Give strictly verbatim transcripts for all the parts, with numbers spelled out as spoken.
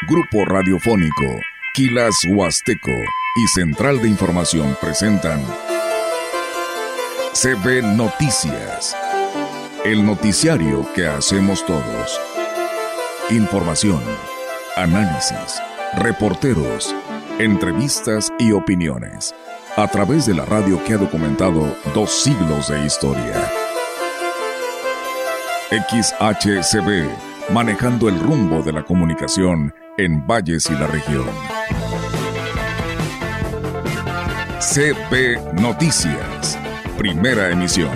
Grupo Radiofónico, Quilas Huasteco y Central de Información presentan C B Noticias, el noticiario que hacemos todos. Información, análisis, reporteros, entrevistas y opiniones, a través de la radio que ha documentado dos siglos de historia. X H C B, manejando el rumbo de la comunicación en Valles y la región. C B Noticias, primera emisión.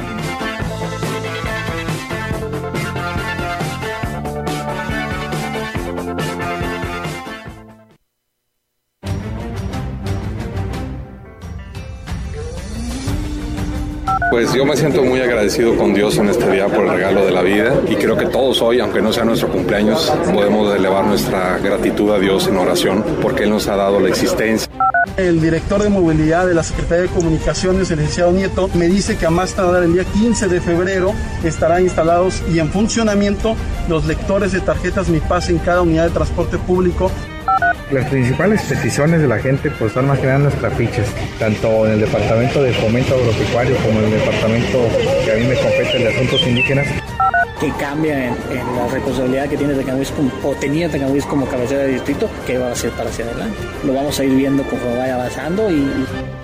Pues yo me siento muy agradecido con Dios en este día por el regalo de la vida y creo que todos hoy, aunque no sea nuestro cumpleaños, podemos elevar nuestra gratitud a Dios en oración porque Él nos ha dado la existencia. El director de movilidad de la Secretaría de Comunicaciones, el licenciado Nieto, me dice que a más tardar el día quince de febrero estarán instalados y en funcionamiento los lectores de tarjetas Mi Pase en cada unidad de transporte público. Las principales peticiones de la gente pues son más que nada nuestras fichas, tanto en el Departamento de Fomento Agropecuario como en el Departamento que a mí me compete de Asuntos Indígenas. Que cambia en, en la responsabilidad que tiene Tecamachalco como, o tenía Tecamachalco como cabecera de distrito, que va a hacer para hacia adelante. Lo vamos a ir viendo conforme vaya avanzando y... y...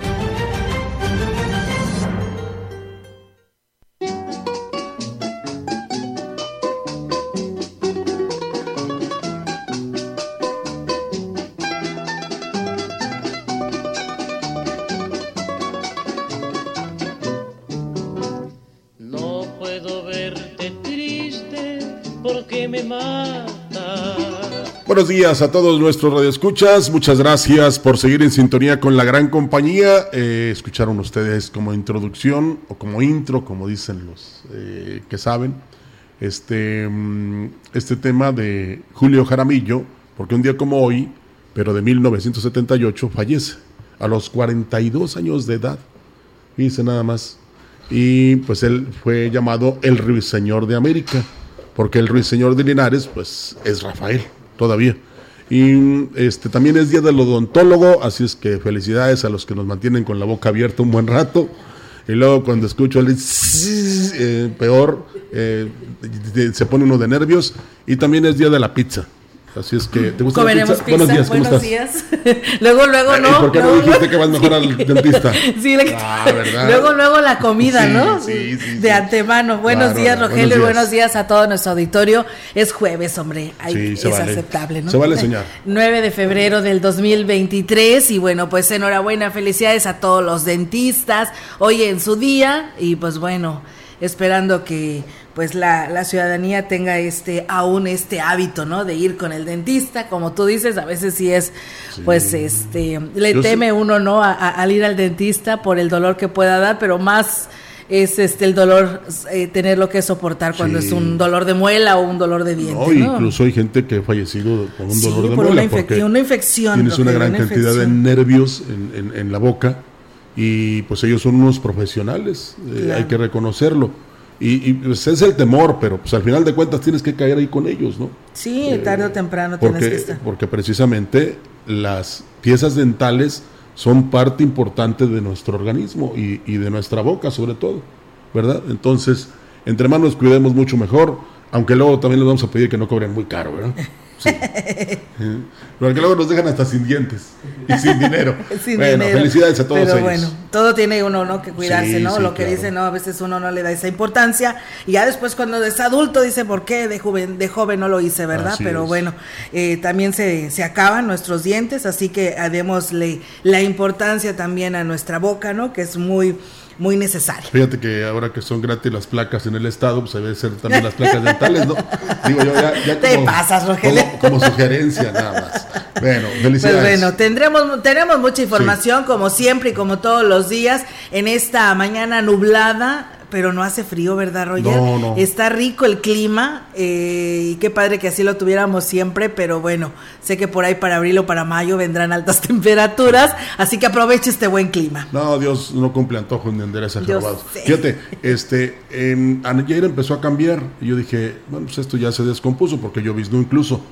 Buenos días a todos nuestros radioescuchas, muchas gracias por seguir en sintonía con la gran compañía. Eh, escucharon ustedes como introducción o como intro, como dicen los eh, que saben, este, este tema de Julio Jaramillo, porque un día como hoy, pero de mil novecientos setenta y ocho, fallece a los cuarenta y dos años de edad, dice nada más, y pues él fue llamado el Ruiseñor de América, porque el Ruiseñor de Linares pues es Rafael todavía. Y este también es día del odontólogo, así es que felicidades a los que nos mantienen con la boca abierta un buen rato. Y luego cuando escucho el eh, peor, eh, se pone uno de nervios. Y también es día de la pizza. Así es que, ¿te gusta Comeremos la pizza? pizza. Buenos días, ¿cómo Buenos estás? días. luego, luego, Ay, ¿no? ¿Por qué no, no dijiste que vas mejor al dentista? Sí, le... ah, ¿verdad? Luego, luego la comida, sí, ¿no? Sí, sí, de sí. antemano. Buenos claro, días, Rogelio, buenos días. y buenos días a todo nuestro auditorio. Es jueves, hombre. Ay, Sí, se es vale. aceptable, ¿no? Se vale soñar. nueve de febrero del dos mil veintitrés. Y bueno, pues enhorabuena, felicidades a todos los dentistas. Hoy en su día. Y pues bueno, esperando que pues la, la ciudadanía tenga este aún este hábito, ¿no? De ir con el dentista, como tú dices, a veces sí es, sí. pues este, le Yo teme sé. uno, ¿no? A, a, al ir al dentista por el dolor que pueda dar, pero más es este el dolor, eh, tenerlo que soportar cuando sí. es un dolor de muela o un dolor de diente, no, ¿no? Incluso hay gente que ha fallecido con un sí, dolor de por muela una, infec- una infección. Tienes una gran una cantidad infección. de nervios en, en, en la boca y pues ellos son unos profesionales, eh, claro. Hay que reconocerlo. Y, y pues es el temor, pero pues al final de cuentas tienes que caer ahí con ellos, ¿no? Sí, eh, tarde o temprano porque, tienes que estar. Porque precisamente las piezas dentales son parte importante de nuestro organismo y, y de nuestra boca sobre todo, ¿verdad? Entonces, entre más nos cuidemos mucho mejor, aunque luego también les vamos a pedir que no cobren muy caro, ¿verdad? Sí. Porque luego nos dejan hasta sin dientes y sin dinero. sin bueno, dinero. Felicidades a todos Pero ellos. bueno, todo tiene uno, ¿no? Que cuidarse, sí, ¿no? sí, Lo que claro. dice, ¿no? A veces uno no le da esa importancia y ya después cuando es adulto dice, ¿por qué de joven, de joven no lo hice, verdad? Así Pero es. bueno, eh, también se, se acaban nuestros dientes, así que démosle la importancia también a nuestra boca, ¿no? Que es muy... muy necesario. Fíjate que ahora que son gratis las placas en el estado, pues debe ser también las placas dentales, ¿no? Digo yo, ya, ya Te como, pasas, Rogelio. Como, como sugerencia nada más. Bueno, felicidades. Pues bueno, tendremos, tenemos mucha información, sí. como siempre y como todos los días, en esta mañana nublada, pero no hace frío, ¿verdad, Roger? No, no. Está rico el clima, eh, y qué padre que así lo tuviéramos siempre, pero bueno, sé que por ahí para abril o para mayo vendrán altas temperaturas, así que aproveche este buen clima. No, Dios no cumple antojos ni endereza jorobados. Fíjate, este, eh, ayer empezó a cambiar, y yo dije, bueno, pues esto ya se descompuso, porque lloviznó incluso,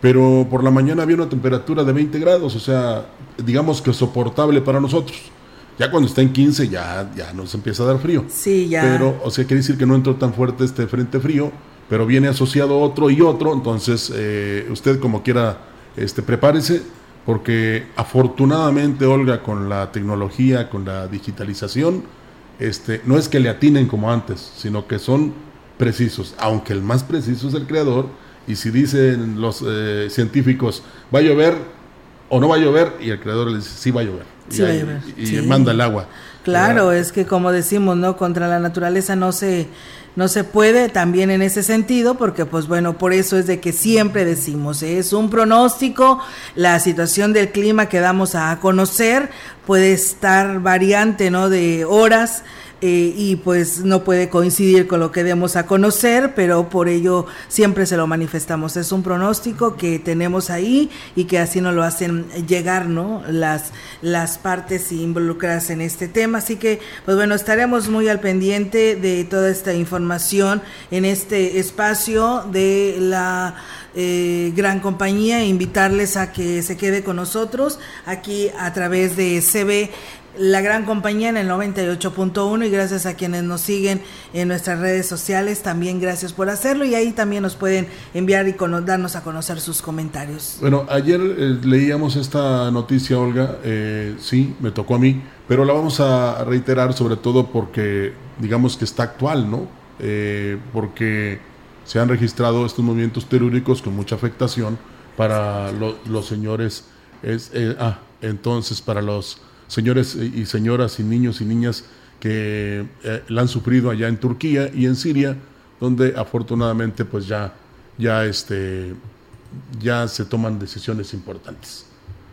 pero por la mañana había una temperatura de veinte grados, o sea, digamos que soportable para nosotros. Ya cuando está en quince ya, ya nos empieza a dar frío. Sí, ya. Pero, o sea, quiere decir que no entró tan fuerte este frente frío, pero viene asociado otro y otro, entonces eh, usted como quiera, este, prepárese, porque afortunadamente, Olga, con la tecnología, con la digitalización, este, no es que le atinen como antes, sino que son precisos, aunque el más preciso es el creador, y si dicen los eh, científicos, va a llover o no va a llover, y el creador le dice, sí va a llover. Sí y va a ahí, llover. y Sí. manda el agua. Claro, ¿verdad? es que como decimos, ¿no? Contra la naturaleza no se, no se puede, también en ese sentido, porque pues bueno, por eso es de que siempre decimos, ¿eh? Es un pronóstico, la situación del clima que damos a conocer puede estar variante, ¿no? De horas, Eh, y pues no puede coincidir con lo que demos a conocer, pero por ello siempre se lo manifestamos. Es un pronóstico que tenemos ahí y que así nos lo hacen llegar, ¿no? Las, las partes involucradas en este tema. Así que, pues bueno, estaremos muy al pendiente de toda esta información en este espacio de la Eh, gran compañía, e invitarles a que se quede con nosotros aquí a través de C B La Gran Compañía en el noventa y ocho punto uno, y gracias a quienes nos siguen en nuestras redes sociales, también gracias por hacerlo, y ahí también nos pueden enviar y con, darnos a conocer sus comentarios. Bueno, ayer eh, leíamos esta noticia, Olga, eh, sí, me tocó a mí, pero la vamos a reiterar sobre todo porque digamos que está actual, ¿no? Eh, porque se han registrado estos movimientos telúricos con mucha afectación para lo, los señores, es, eh, ah, entonces para los señores y señoras y niños y niñas que eh, la han sufrido allá en Turquía y en Siria, donde afortunadamente pues ya, ya, este, ya se toman decisiones importantes.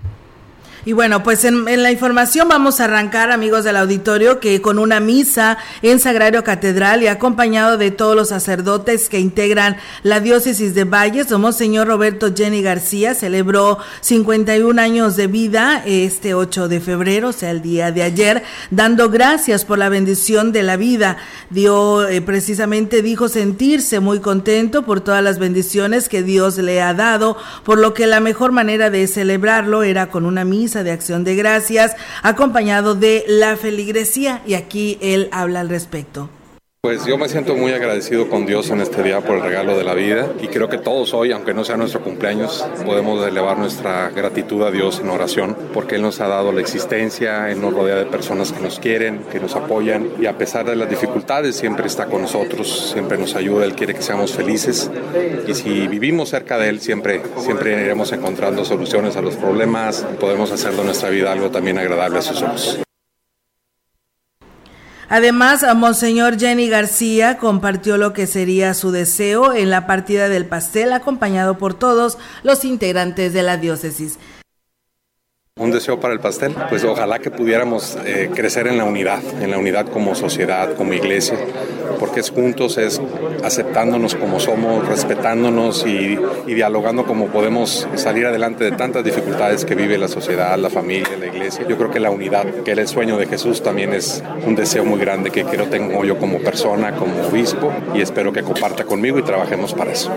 Y bueno, pues en, en la información vamos a arrancar, amigos del auditorio, que con una misa en Sagrario Catedral y acompañado de todos los sacerdotes que integran la diócesis de Valles, Monseñor Roberto Jenny García celebró cincuenta y un años de vida este ocho de febrero, o sea, el día de ayer, dando gracias por la bendición de la vida. Dio, eh, precisamente dijo sentirse muy contento por todas las bendiciones que Dios le ha dado, por lo que la mejor manera de celebrarlo era con una misa de acción de gracias, acompañado de la feligresía, y aquí él habla al respecto. Pues yo me siento muy agradecido con Dios en este día por el regalo de la vida, y creo que todos hoy, aunque no sea nuestro cumpleaños, podemos elevar nuestra gratitud a Dios en oración, porque Él nos ha dado la existencia, Él nos rodea de personas que nos quieren, que nos apoyan, y a pesar de las dificultades siempre está con nosotros, siempre nos ayuda, Él quiere que seamos felices, y si vivimos cerca de Él siempre, siempre iremos encontrando soluciones a los problemas, podemos hacer de nuestra vida algo también agradable a sus ojos. Además, a Monseñor Jenny García compartió lo que sería su deseo en la partida del pastel, acompañado por todos los integrantes de la diócesis. Un deseo para el pastel, pues ojalá que pudiéramos eh, crecer en la unidad, en la unidad como sociedad, como iglesia, porque es juntos, es aceptándonos como somos, respetándonos y, y dialogando como podemos salir adelante de tantas dificultades que vive la sociedad, la familia, la iglesia. Yo creo que la unidad, que era el sueño de Jesús, también es un deseo muy grande que creo tengo yo como persona, como obispo, y espero que comparta conmigo y trabajemos para eso.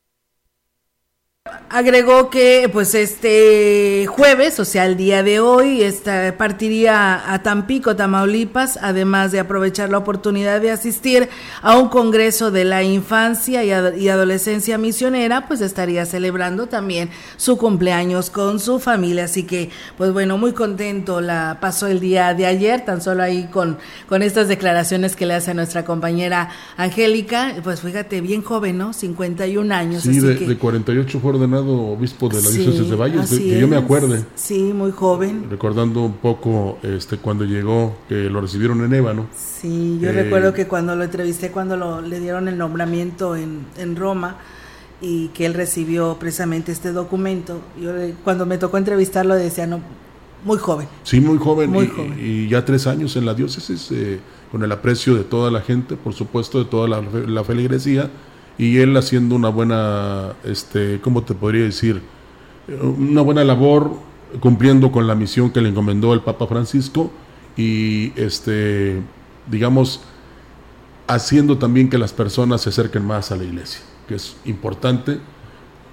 Agregó que pues este jueves, o sea el día de hoy, esta, partiría a Tampico, Tamaulipas, además de aprovechar la oportunidad de asistir a un congreso de la infancia y, ad- y adolescencia misionera, pues estaría celebrando también su cumpleaños con su familia. Así que pues bueno, muy contento la pasó el día de ayer, tan solo ahí con, con estas declaraciones que le hace a nuestra compañera Angélica. Pues fíjate, bien joven, ¿no? cincuenta y un años. Sí, así de, que... de cuarenta y ocho fue ordenado obispo de la Sí, diócesis de Valles, así que yo me es. acuerde. Sí, muy joven. Recordando un poco este cuando llegó, que lo recibieron en Ébano. Sí, yo Eh, recuerdo que cuando lo entrevisté, cuando lo, le dieron el nombramiento en, en Roma, y que él recibió precisamente este documento, yo le- cuando me tocó entrevistarlo decía, no, muy joven. Sí, muy joven, Muy y, joven. y ya tres años en la diócesis, eh, con el aprecio de toda la gente, por supuesto, de toda la, la feligresía, y él haciendo una buena, este, ¿cómo te podría decir? Una buena labor, cumpliendo con la misión que le encomendó el Papa Francisco, y este, digamos, haciendo también que las personas se acerquen más a la iglesia, que es importante,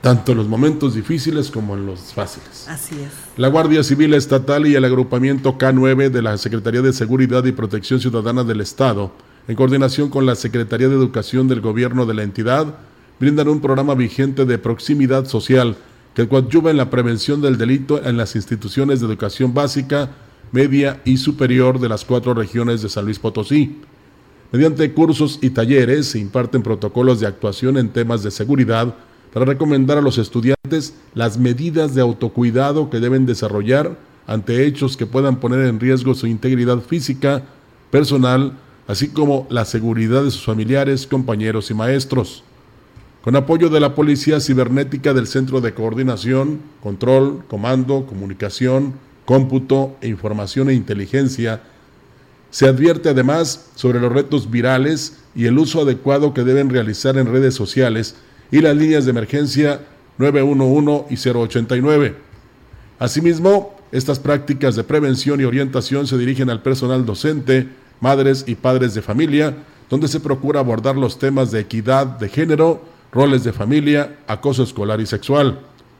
tanto en los momentos difíciles como en los fáciles. Así es. La Guardia Civil Estatal y el agrupamiento K nueve de la Secretaría de Seguridad y Protección Ciudadana del Estado, en coordinación con la Secretaría de Educación del Gobierno de la entidad, brindan un programa vigente de proximidad social que coadyuva en la prevención del delito en las instituciones de educación básica, media y superior de las cuatro regiones de San Luis Potosí. Mediante cursos y talleres se imparten protocolos de actuación en temas de seguridad para recomendar a los estudiantes las medidas de autocuidado que deben desarrollar ante hechos que puedan poner en riesgo su integridad física, personal, así como la seguridad de sus familiares, compañeros y maestros. Con apoyo de la Policía Cibernética del Centro de Coordinación, Control, Comando, Comunicación, Cómputo e Información e Inteligencia, se advierte además sobre los retos virales y el uso adecuado que deben realizar en redes sociales y las líneas de emergencia nueve uno uno y cero ochenta y nueve. Asimismo, estas prácticas de prevención y orientación se dirigen al personal docente, madres y padres de familia, donde se procura abordar los temas de equidad de género, roles de familia, acoso escolar y sexual.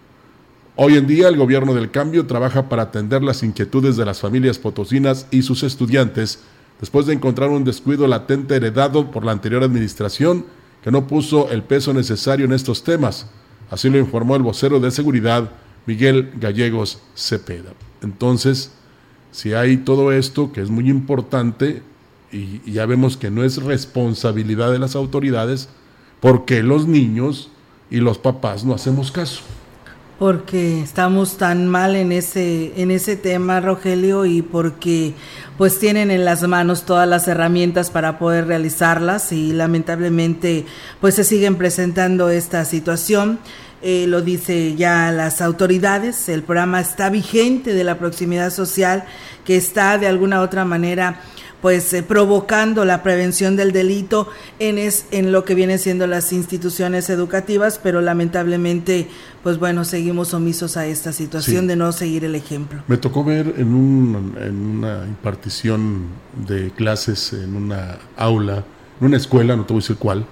Hoy en día el Gobierno del Cambio trabaja para atender las inquietudes de las familias potosinas y sus estudiantes, después de encontrar un descuido latente heredado por la anterior administración que no puso el peso necesario en estos temas. Así lo informó el vocero de seguridad, Miguel Gallegos Cepeda. Entonces, si hay todo esto que es muy importante y, y ya vemos que no es responsabilidad de las autoridades, ¿por qué los niños y los papás no hacemos caso? Porque estamos tan mal en ese en ese tema, Rogelio, y porque pues tienen en las manos todas las herramientas para poder realizarlas y lamentablemente pues se siguen presentando esta situación. Eh, lo dice ya las autoridades, el programa está vigente de la proximidad social que está de alguna u otra manera pues eh, provocando la prevención del delito en es en lo que vienen siendo las instituciones educativas, pero lamentablemente pues bueno, seguimos omisos a esta situación sí. de no seguir el ejemplo. Me tocó ver en, un, en una impartición de clases en una aula, en una escuela, no te voy a decir cuál,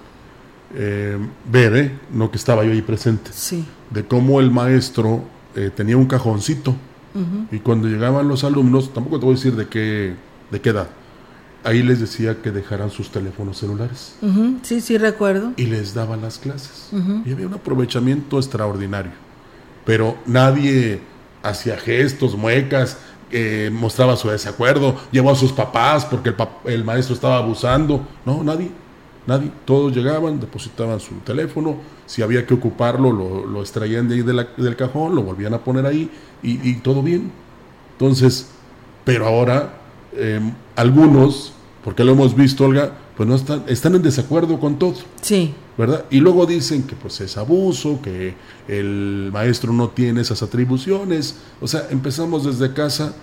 eh, ver, eh, no que estaba yo ahí presente, sí. de cómo el maestro eh, tenía un cajoncito uh-huh. y cuando llegaban los alumnos, tampoco te voy a decir de qué, de qué edad, ahí les decía que dejaran sus teléfonos celulares. Uh-huh. Sí, sí, recuerdo. Y les daban las clases. Uh-huh. Y había un aprovechamiento extraordinario. Pero nadie hacía gestos, muecas, eh, mostraba su desacuerdo, llevó a sus papás porque el, pap- el maestro estaba abusando. No, nadie, nadie. Todos llegaban, depositaban su teléfono, si había que ocuparlo, lo, lo extraían de ahí de la, del cajón, lo volvían a poner ahí y, y todo bien. Entonces, pero ahora... Eh, algunos, porque lo hemos visto, Olga, pues no están, están en desacuerdo con todo. Sí. ¿Verdad? Y luego dicen que pues es abuso, que el maestro no tiene esas atribuciones. O sea, empezamos desde casa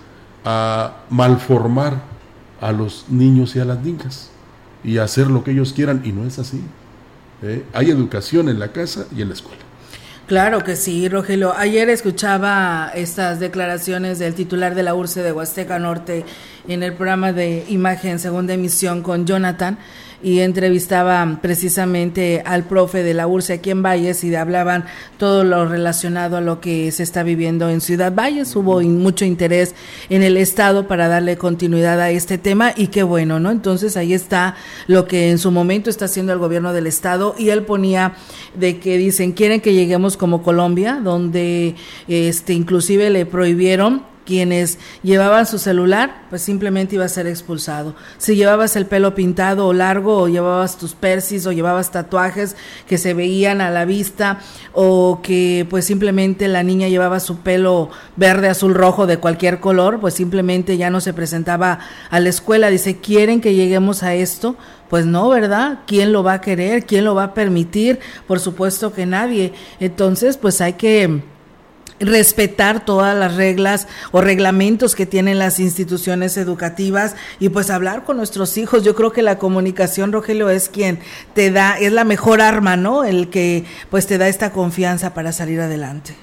a malformar a los niños y a las niñas y a hacer lo que ellos quieran, y no es así. ¿Eh? Hay educación en la casa y en la escuela. Claro que sí, Rogelio. Ayer escuchaba estas declaraciones del titular de la U R C E de Huasteca Norte en el programa de Imagen Segunda Emisión con Jonathan, y entrevistaba precisamente al profe de la U R C E aquí en Valles y hablaban todo lo relacionado a lo que se está viviendo en Ciudad Valles. Hubo mucho interés en el estado para darle continuidad a este tema y qué bueno, ¿no? Entonces ahí está lo que en su momento está haciendo el gobierno del estado, y él ponía de que dicen, quieren que lleguemos como Colombia, donde este inclusive le prohibieron quienes llevaban su celular, pues simplemente iba a ser expulsado. Si llevabas el pelo pintado o largo, o llevabas tus persis, o llevabas tatuajes que se veían a la vista, o que pues simplemente la niña llevaba su pelo verde, azul, rojo, de cualquier color, pues simplemente ya no se presentaba a la escuela. Dice, ¿quieren que lleguemos a esto? Pues no, ¿verdad? ¿Quién lo va a querer? ¿Quién lo va a permitir? Por supuesto que nadie. Entonces, pues hay que respetar todas las reglas o reglamentos que tienen las instituciones educativas y pues hablar con nuestros hijos. Yo creo que la comunicación, Rogelio, es quien te da, es la mejor arma, ¿no? El que pues te da esta confianza para salir adelante.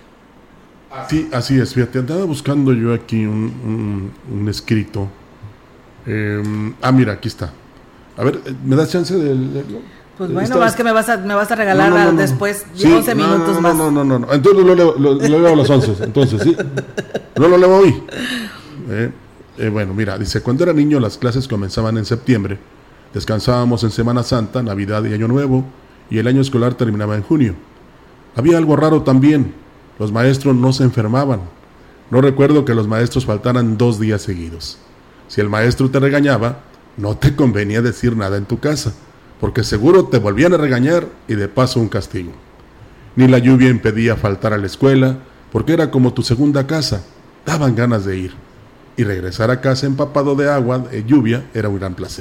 Sí, así es. Fíjate, andaba buscando yo aquí un, un, un escrito. Eh, ah, mira, aquí está. A ver, ¿me das chance de leerlo? Pues bueno, Está... más que me vas a, me vas a regalar no, no, no, después sí, once no, minutos no, más. No, no, no, no, entonces lo leo, lo, lo leo a las once, entonces, ¿sí? No lo leo hoy. Eh, eh, bueno, mira, dice, cuando era niño las clases comenzaban en septiembre, descansábamos en Semana Santa, Navidad y Año Nuevo, y el año escolar terminaba en junio. Había algo raro también, los maestros no se enfermaban. No recuerdo que los maestros faltaran dos días seguidos. Si el maestro te regañaba, no te convenía decir nada en tu casa, porque seguro te volvían a regañar y de paso un castigo. Ni la lluvia impedía faltar a la escuela, porque era como tu segunda casa, daban ganas de ir. Y regresar a casa empapado de agua, de lluvia, era un gran placer.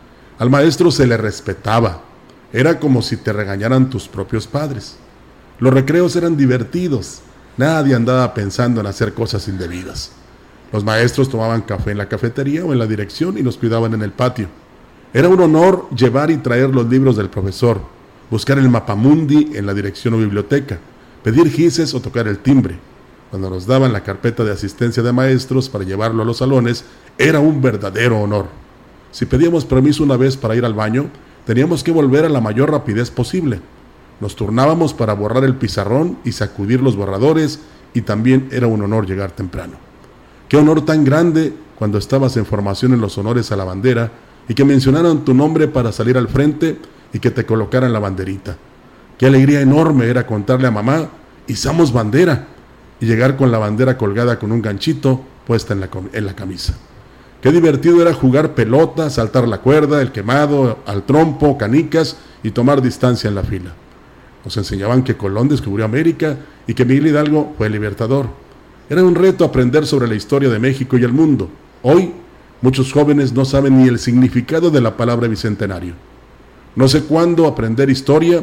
Al maestro se le respetaba, era como si te regañaran tus propios padres. Los recreos eran divertidos, nadie andaba pensando en hacer cosas indebidas. Los maestros tomaban café en la cafetería o en la dirección y nos cuidaban en el patio. Era un honor llevar y traer los libros del profesor, buscar el mapamundi en la dirección o biblioteca, pedir gises o tocar el timbre. Cuando nos daban la carpeta de asistencia de maestros para llevarlo a los salones, era un verdadero honor. Si pedíamos permiso una vez para ir al baño, teníamos que volver a la mayor rapidez posible. Nos turnábamos para borrar el pizarrón y sacudir los borradores, y también era un honor llegar temprano. Qué honor tan grande cuando estabas en formación en los honores a la bandera y que mencionaran tu nombre para salir al frente y que te colocaran la banderita. Qué alegría enorme era contarle a mamá, izamos bandera, y llegar con la bandera colgada con un ganchito puesta en la, en la camisa. Qué divertido era jugar pelota, saltar la cuerda, el quemado, al trompo, canicas y tomar distancia en la fila. Nos enseñaban que Colón descubrió América y que Miguel Hidalgo fue el libertador. Era un reto aprender sobre la historia de México y el mundo. Hoy, muchos jóvenes no saben ni el significado de la palabra bicentenario. No sé cuándo aprender historia,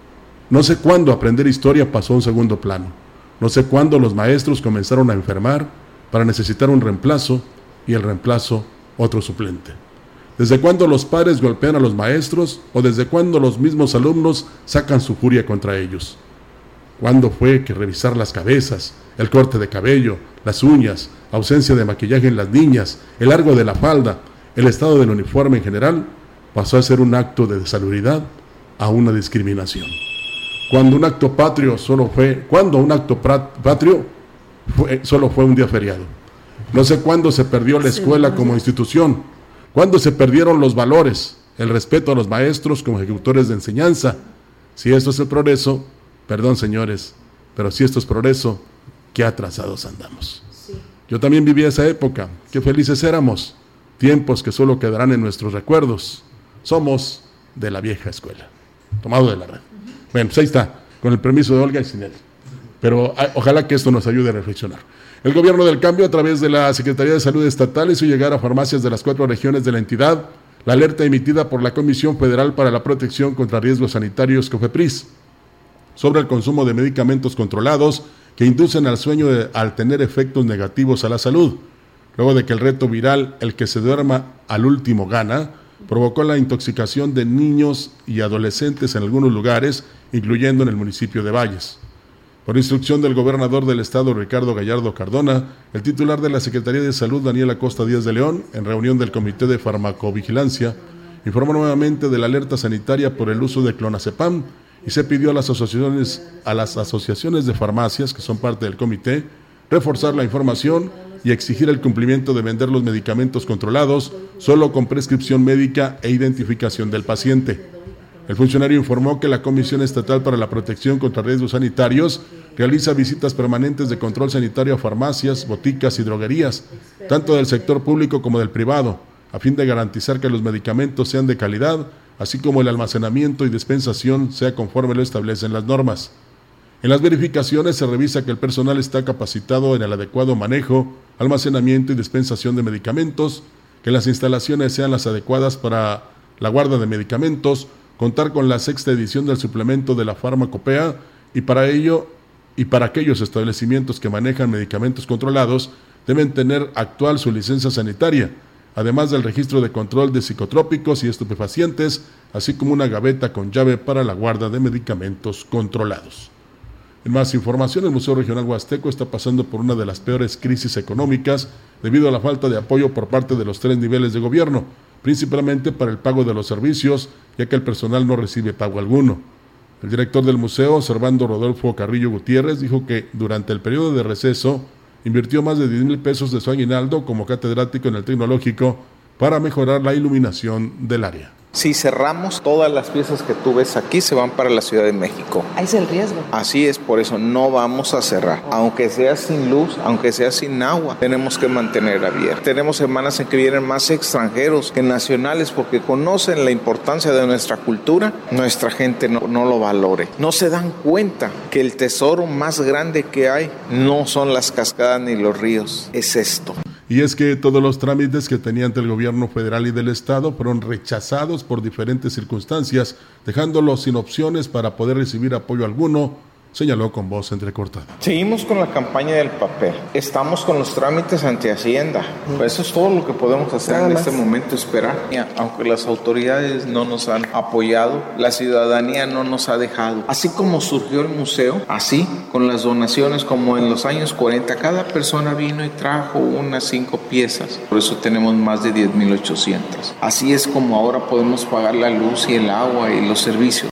no sé cuándo aprender historia pasó a un segundo plano. No sé cuándo los maestros comenzaron a enfermar para necesitar un reemplazo y el reemplazo otro suplente. ¿Desde cuándo los padres golpean a los maestros o desde cuándo los mismos alumnos sacan su furia contra ellos? ¿Cuándo fue que revisar las cabezas, el corte de cabello, las uñas, ausencia de maquillaje en las niñas, el largo de la falda, el estado del uniforme en general, pasó a ser un acto de salubridad a una discriminación? Cuando un acto patrio solo fue, cuando un acto patrio fue, solo fue un día feriado. No sé cuándo se perdió la escuela como institución, cuándo se perdieron los valores, el respeto a los maestros como ejecutores de enseñanza. Si esto es el progreso, perdón señores, pero si esto es progreso, qué atrasados andamos. Sí. Yo también viví esa época, qué felices éramos, tiempos que solo quedarán en nuestros recuerdos. Somos de la vieja escuela, tomado de la red. Uh-huh. Bueno, pues ahí está, con el permiso de Olga y sin él. Pero a, ojalá que esto nos ayude a reflexionar. El gobierno del cambio, a través de la Secretaría de Salud Estatal, hizo llegar a farmacias de las cuatro regiones de la entidad la alerta emitida por la Comisión Federal para la Protección contra Riesgos Sanitarios, COFEPRIS, sobre el consumo de medicamentos controlados que inducen al sueño de, al tener efectos negativos a la salud. Luego de que el reto viral, el que se duerma al último gana, provocó la intoxicación de niños y adolescentes en algunos lugares, incluyendo en el municipio de Valles. Por instrucción del gobernador del estado, Ricardo Gallardo Cardona, el titular de la Secretaría de Salud, Daniel Acosta Díaz de León, en reunión del Comité de Farmacovigilancia, informó nuevamente de la alerta sanitaria por el uso de clonazepam y se pidió a las asociaciones, a las asociaciones de farmacias, que son parte del comité, reforzar la información y exigir el cumplimiento de vender los medicamentos controlados solo con prescripción médica e identificación del paciente. El funcionario informó que la Comisión Estatal para la Protección contra Riesgos Sanitarios realiza visitas permanentes de control sanitario a farmacias, boticas y droguerías, tanto del sector público como del privado, a fin de garantizar que los medicamentos sean de calidad, así como el almacenamiento y dispensación sea conforme lo establecen las normas. En las verificaciones se revisa que el personal está capacitado en el adecuado manejo, almacenamiento y dispensación de medicamentos, que las instalaciones sean las adecuadas para la guarda de medicamentos, contar con la sexta edición del suplemento de la Farmacopea y para ello y para aquellos establecimientos que manejan medicamentos controlados deben tener actual su licencia sanitaria, además del registro de control de psicotrópicos y estupefacientes, así como una gaveta con llave para la guarda de medicamentos controlados. En más información, el Museo Regional Huasteco está pasando por una de las peores crisis económicas debido a la falta de apoyo por parte de los tres niveles de gobierno, principalmente para el pago de los servicios ya que el personal no recibe pago alguno. El director del museo, Servando Rodolfo Carrillo Gutiérrez, dijo que durante el periodo de receso invirtió más de diez mil pesos de su aguinaldo como catedrático en el Tecnológico para mejorar la iluminación del área. Si cerramos, todas las piezas que tú ves aquí se van para la Ciudad de México. Ahí es el riesgo. Así es, por eso no vamos a cerrar. Aunque sea sin luz, aunque sea sin agua, tenemos que mantener abierto. Tenemos semanas en que vienen más extranjeros que nacionales porque conocen la importancia de nuestra cultura. Nuestra gente no, no lo valore. No se dan cuenta que el tesoro más grande que hay no son las cascadas ni los ríos, es esto. Y es que todos los trámites que tenía ante el gobierno federal y del estado fueron rechazados por diferentes circunstancias, dejándolos sin opciones para poder recibir apoyo alguno, señaló con voz entrecortada. Seguimos con la campaña del papel. Estamos con los trámites ante Hacienda. Pues eso es todo lo que podemos hacer Nada en más. Este momento, esperar. Aunque las autoridades no nos han apoyado, la ciudadanía no nos ha dejado. Así como surgió el museo, así, con las donaciones como en los años cuarenta, cada persona vino y trajo unas cinco piezas. Por eso tenemos más de diez mil ochocientas. Así es como ahora podemos pagar la luz y el agua y los servicios.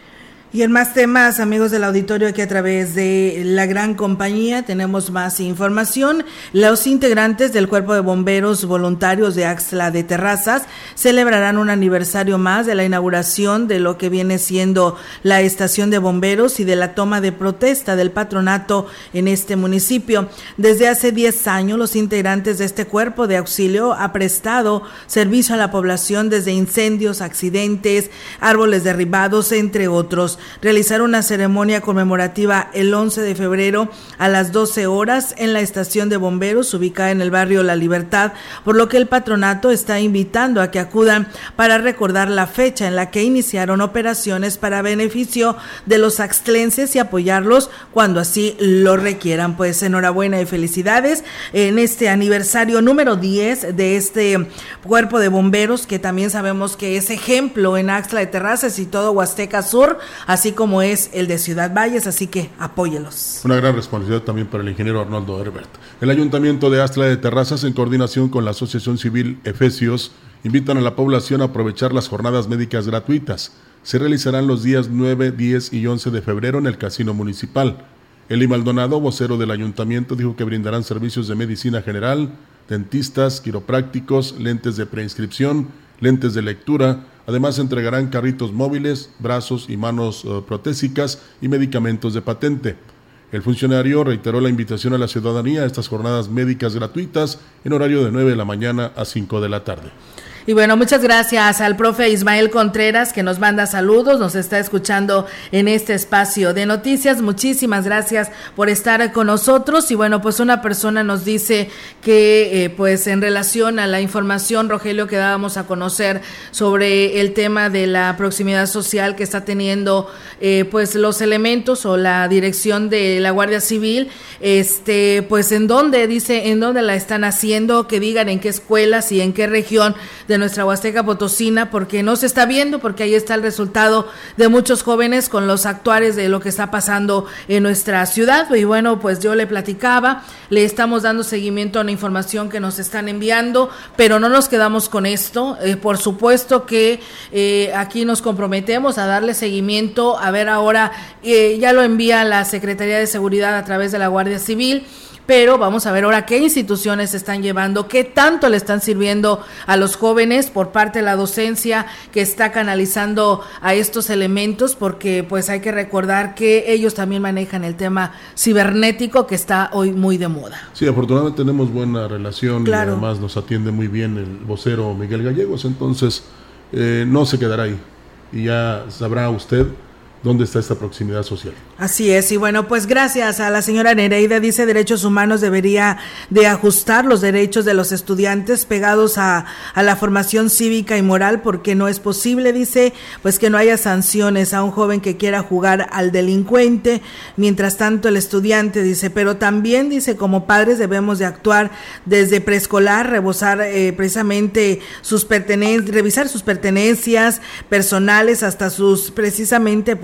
Y en más temas, amigos del auditorio, aquí a través de la gran compañía tenemos más información. Los integrantes del Cuerpo de Bomberos Voluntarios de Axtla de Terrazas celebrarán un aniversario más de la inauguración de lo que viene siendo la estación de bomberos y de la toma de protesta del patronato en este municipio. Desde hace diez años, los integrantes de este cuerpo de auxilio ha prestado servicio a la población desde incendios, accidentes, árboles derribados, entre otros. Realizaron una ceremonia conmemorativa el once de febrero a las doce horas en la estación de bomberos ubicada en el barrio La Libertad, por lo que el patronato está invitando a que acudan para recordar la fecha en la que iniciaron operaciones para beneficio de los axtlenses y apoyarlos cuando así lo requieran. Pues enhorabuena y felicidades en este aniversario número diez de este cuerpo de bomberos, que también sabemos que es ejemplo en Axtla de Terrazas y todo Huasteca Sur, así como es el de Ciudad Valles, así que apóyelos. Una gran responsabilidad también para el ingeniero Arnoldo Herbert. El Ayuntamiento de Axtla de Terrazas, en coordinación con la Asociación Civil Efesios, invitan a la población a aprovechar las jornadas médicas gratuitas. Se realizarán los días nueve, diez y once de febrero en el Casino Municipal. Eli Maldonado, vocero del Ayuntamiento, dijo que brindarán servicios de medicina general, dentistas, quiroprácticos, lentes de preinscripción, lentes de lectura. Además, entregarán carritos móviles, brazos y manos uh, protésicas y medicamentos de patente. El funcionario reiteró la invitación a la ciudadanía a estas jornadas médicas gratuitas en horario de nueve de la mañana a cinco de la tarde. Y bueno, muchas gracias al profe Ismael Contreras, que nos manda saludos, nos está escuchando en este espacio de noticias. Muchísimas gracias por estar con nosotros. Y bueno, pues una persona nos dice que eh, pues en relación a la información, Rogelio, que dábamos a conocer sobre el tema de la proximidad social que está teniendo eh, pues los elementos o la dirección de la Guardia Civil, este pues en dónde, dice, en dónde la están haciendo, que digan en qué escuelas y en qué región de nuestra Huasteca Potosina, porque no se está viendo, porque ahí está el resultado de muchos jóvenes con los actuares de lo que está pasando en nuestra ciudad. Y bueno, pues yo le platicaba, le estamos dando seguimiento a una información que nos están enviando, pero no nos quedamos con esto. Eh, por supuesto que eh, aquí nos comprometemos a darle seguimiento, a ver ahora, eh, ya lo envía la Secretaría de Seguridad a través de la Guardia Civil, pero vamos a ver ahora qué instituciones están llevando, qué tanto le están sirviendo a los jóvenes por parte de la docencia que está canalizando a estos elementos, porque pues hay que recordar que ellos también manejan el tema cibernético que está hoy muy de moda. Sí, afortunadamente tenemos buena relación, claro. Y además nos atiende muy bien el vocero Miguel Gallegos, entonces eh, no se quedará ahí y ya sabrá usted dónde está esta proximidad social. Así es, y bueno, pues gracias a la señora Nereida, dice Derechos Humanos debería de ajustar los derechos de los estudiantes pegados a, a la formación cívica y moral, porque no es posible, dice, pues que no haya sanciones a un joven que quiera jugar al delincuente, mientras tanto el estudiante, dice, pero también, dice, como padres debemos de actuar desde preescolar, rebosar eh, precisamente sus pertenencias, revisar sus pertenencias personales hasta sus, precisamente, pues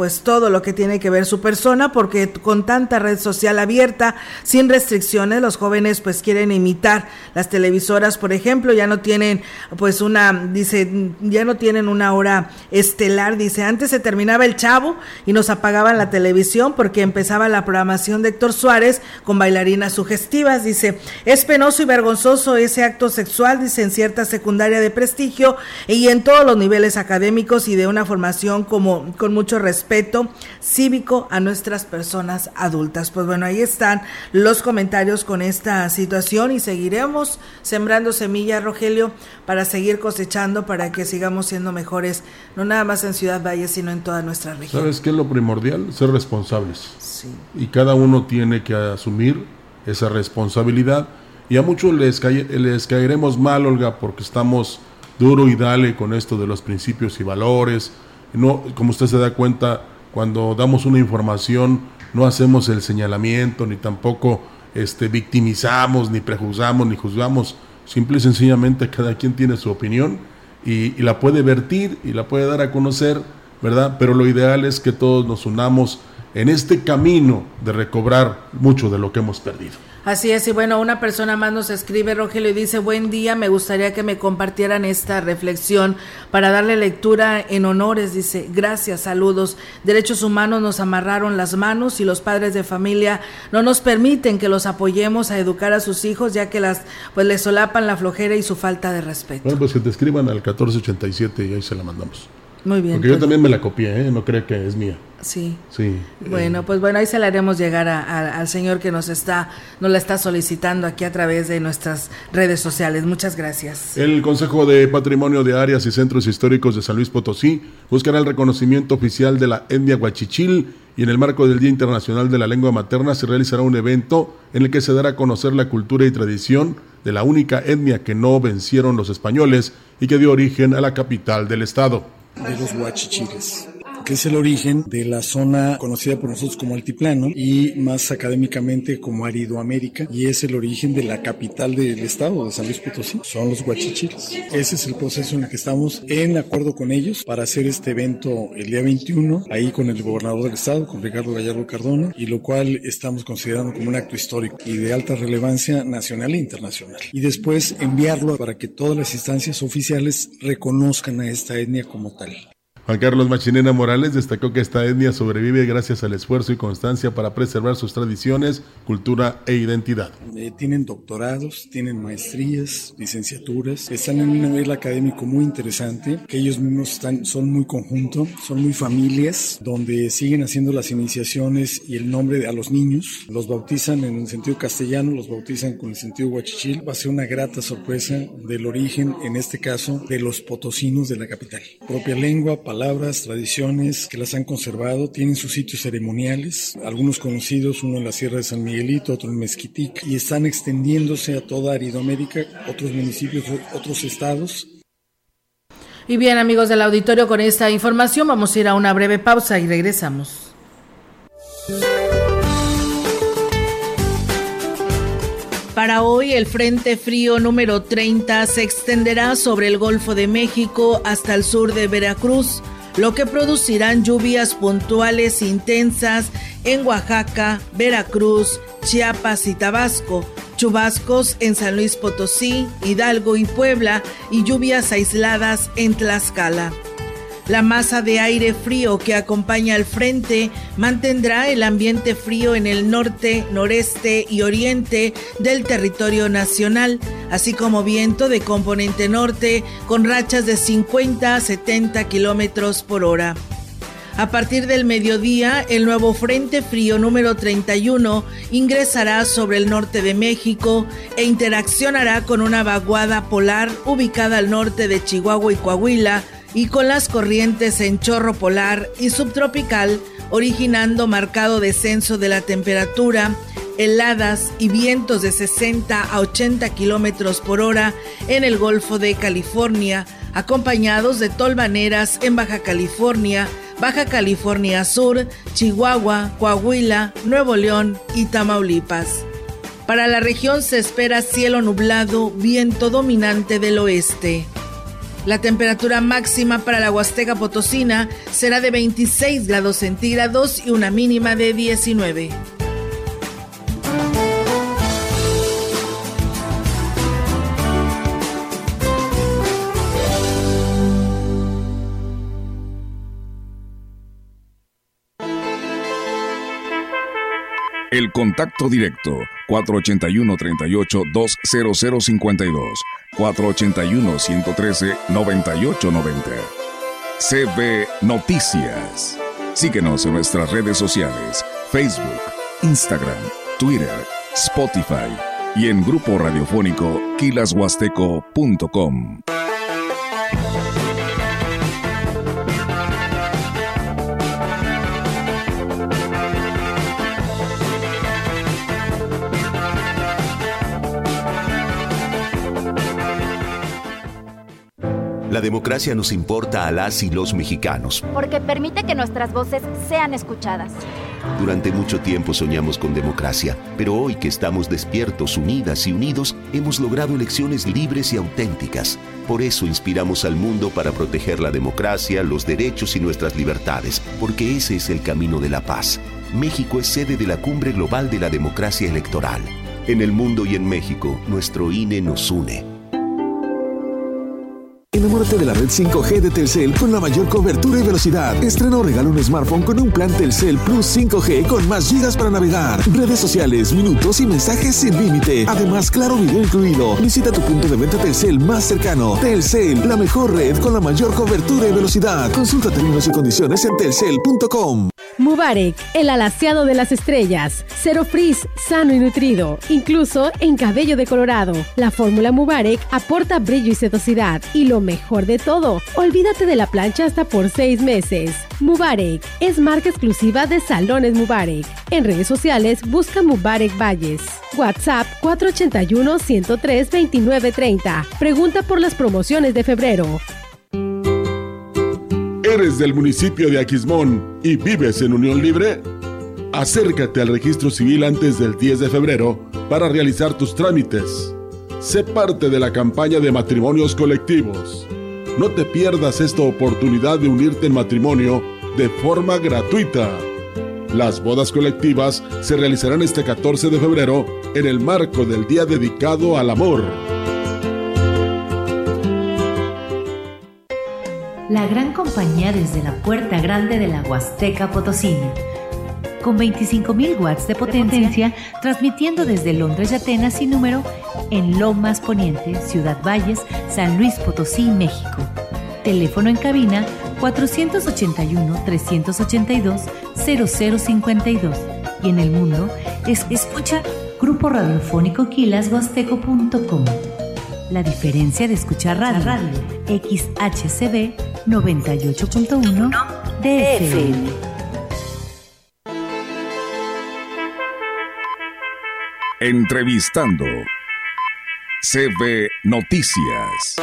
pues todo lo que tiene que ver su persona, porque con tanta red social abierta, sin restricciones, los jóvenes pues quieren imitar las televisoras, por ejemplo, ya no tienen pues una, dice, ya no tienen una hora estelar, dice, antes se terminaba el Chavo y nos apagaban la televisión porque empezaba la programación de Héctor Suárez con bailarinas sugestivas, dice, es penoso y vergonzoso ese acto sexual, dice, en cierta secundaria de prestigio y en todos los niveles académicos y de una formación como con mucho respeto cívico a nuestras personas adultas. Pues bueno, ahí están los comentarios con esta situación y seguiremos sembrando semillas, Rogelio, para seguir cosechando, para que sigamos siendo mejores, no nada más en Ciudad Valle, sino en toda nuestra región. ¿Sabes qué es lo primordial? Ser responsables. Sí. Y cada uno tiene que asumir esa responsabilidad. Y a muchos les, ca- les caeremos mal, Olga, porque estamos duro y dale con esto de los principios y valores. No, como usted se da cuenta, cuando damos una información no hacemos el señalamiento, ni tampoco este, victimizamos, ni prejuzgamos, ni juzgamos. Simple y sencillamente cada quien tiene su opinión y, y la puede vertir y la puede dar a conocer, ¿verdad? Pero lo ideal es que todos nos unamos en este camino de recobrar mucho de lo que hemos perdido. Así es, y bueno, una persona más nos escribe, Rogelio, y dice, buen día, me gustaría que me compartieran esta reflexión para darle lectura en honores, dice, gracias, saludos, derechos humanos nos amarraron las manos y los padres de familia no nos permiten que los apoyemos a educar a sus hijos, ya que las pues les solapan la flojera y su falta de respeto. Bueno, pues que te escriban al catorce ochenta y siete y ahí se la mandamos. Muy bien. Porque yo también me la copié, ¿eh? No creo que es mía. Sí. Sí. Bueno, eh. pues bueno, ahí se la haremos llegar a, a, al señor que nos está, nos la está solicitando aquí a través de nuestras redes sociales. Muchas gracias. El Consejo de Patrimonio de Áreas y Centros Históricos de San Luis Potosí buscará el reconocimiento oficial de la etnia huachichil y en el marco del Día Internacional de la Lengua Materna se realizará un evento en el que se dará a conocer la cultura y tradición de la única etnia que no vencieron los españoles y que dio origen a la capital del estado. De los huachichiles, que es el origen de la zona conocida por nosotros como Altiplano y más académicamente como Aridoamérica, y es el origen de la capital del estado de San Luis Potosí, son los huachichiles. Ese es el proceso en el que estamos en acuerdo con ellos para hacer este evento el día veintiuno, ahí con el gobernador del estado, con Ricardo Gallardo Cardona, y lo cual estamos considerando como un acto histórico y de alta relevancia nacional e internacional. Y después enviarlo para que todas las instancias oficiales reconozcan a esta etnia como tal. Juan Carlos Machinena Morales destacó que esta etnia sobrevive gracias al esfuerzo y constancia para preservar sus tradiciones, cultura e identidad. Eh, tienen doctorados, tienen maestrías, licenciaturas, están en un nivel académico muy interesante, que ellos mismos están, son muy conjunto, son muy familias, donde siguen haciendo las iniciaciones y el nombre de, a los niños, los bautizan en el sentido castellano, los bautizan con el sentido huachichil. Va a ser una grata sorpresa del origen, en este caso, de los potosinos de la capital. Propia lengua, palabras, tradiciones que las han conservado, tienen sus sitios ceremoniales, algunos conocidos, uno en la Sierra de San Miguelito, otro en Mezquitic, y están extendiéndose a toda Aridoamérica, otros municipios, otros estados. Y bien, amigos del auditorio, con esta información vamos a ir a una breve pausa y regresamos. Para hoy, el Frente Frío número treinta se extenderá sobre el Golfo de México hasta el sur de Veracruz, lo que producirán lluvias puntuales intensas en Oaxaca, Veracruz, Chiapas y Tabasco, chubascos en San Luis Potosí, Hidalgo y Puebla y lluvias aisladas en Tlaxcala. La masa de aire frío que acompaña al frente mantendrá el ambiente frío en el norte, noreste y oriente del territorio nacional, así como viento de componente norte con rachas de cincuenta a setenta kilómetros por hora. A partir del mediodía, el nuevo Frente Frío número treinta y uno ingresará sobre el norte de México e interaccionará con una vaguada polar ubicada al norte de Chihuahua y Coahuila, y con las corrientes en chorro polar y subtropical, originando marcado descenso de la temperatura, heladas y vientos de sesenta a ochenta kilómetros por hora en el Golfo de California, acompañados de tolvaneras en Baja California, Baja California Sur, Chihuahua, Coahuila, Nuevo León y Tamaulipas. Para la región se espera cielo nublado, viento dominante del oeste. La temperatura máxima para la Huasteca Potosina será de veintiséis grados centígrados y una mínima de diecinueve. El contacto directo cuatro ochenta y uno, treinta y ocho, dos cero cero cincuenta y dos, cuatro ochenta y uno, ciento trece, noventa y ocho noventa. C B Noticias. Síguenos en nuestras redes sociales, Facebook, Instagram, Twitter, Spotify y en grupo radiofónico quilas huasteco punto com. La democracia nos importa a las y los mexicanos. Porque permite que nuestras voces sean escuchadas. Durante mucho tiempo soñamos con democracia, pero hoy que estamos despiertos, unidas y unidos, hemos logrado elecciones libres y auténticas. Por eso inspiramos al mundo para proteger la democracia, los derechos y nuestras libertades, porque ese es el camino de la paz. México es sede de la Cumbre Global de la Democracia Electoral. En el mundo y en México, nuestro I N E nos une. Enamórate de la red cinco G de Telcel con la mayor cobertura y velocidad. Estrena o regala un smartphone con un plan Telcel Plus cinco G con más gigas para navegar, redes sociales, minutos y mensajes sin límite. Además, claro video incluido. Visita tu punto de venta Telcel más cercano. Telcel, la mejor red con la mayor cobertura y velocidad. Consulta términos y condiciones en telcel punto com. Mubarak, el alaciado de las estrellas. Cero frizz, sano y nutrido, incluso en cabello decolorado. La fórmula Mubarak aporta brillo y sedosidad. Y lo mejor de todo, olvídate de la plancha hasta por seis meses. Mubarak es marca exclusiva de Salones Mubarak. En redes sociales busca Mubarak Valles. WhatsApp cuatro ochenta y uno, ciento tres, veintinueve treinta. Pregunta por las promociones de febrero. ¿Eres del municipio de Aquismón y vives en unión libre? Acércate al registro civil antes del diez de febrero para realizar tus trámites. Sé parte de la campaña de matrimonios colectivos. No te pierdas esta oportunidad de unirte en matrimonio de forma gratuita. Las bodas colectivas se realizarán este catorce de febrero en el marco del Día Dedicado al Amor. La gran compañía desde la puerta grande de la Huasteca Potosina. Con veinticinco mil watts de potencia, transmitiendo desde Londres y Atenas sin número, en Lomas Poniente, Ciudad Valles, San Luis Potosí, México. Teléfono en cabina cuatrocientos ochenta y uno, trescientos ochenta y dos, cero cero cincuenta y dos. Y en el mundo, es, escucha Grupo Radiofónico quilas huasteco punto com. La diferencia de escuchar radio, radio. X H C B noventa y ocho punto uno D F M. Entrevistando C B Noticias.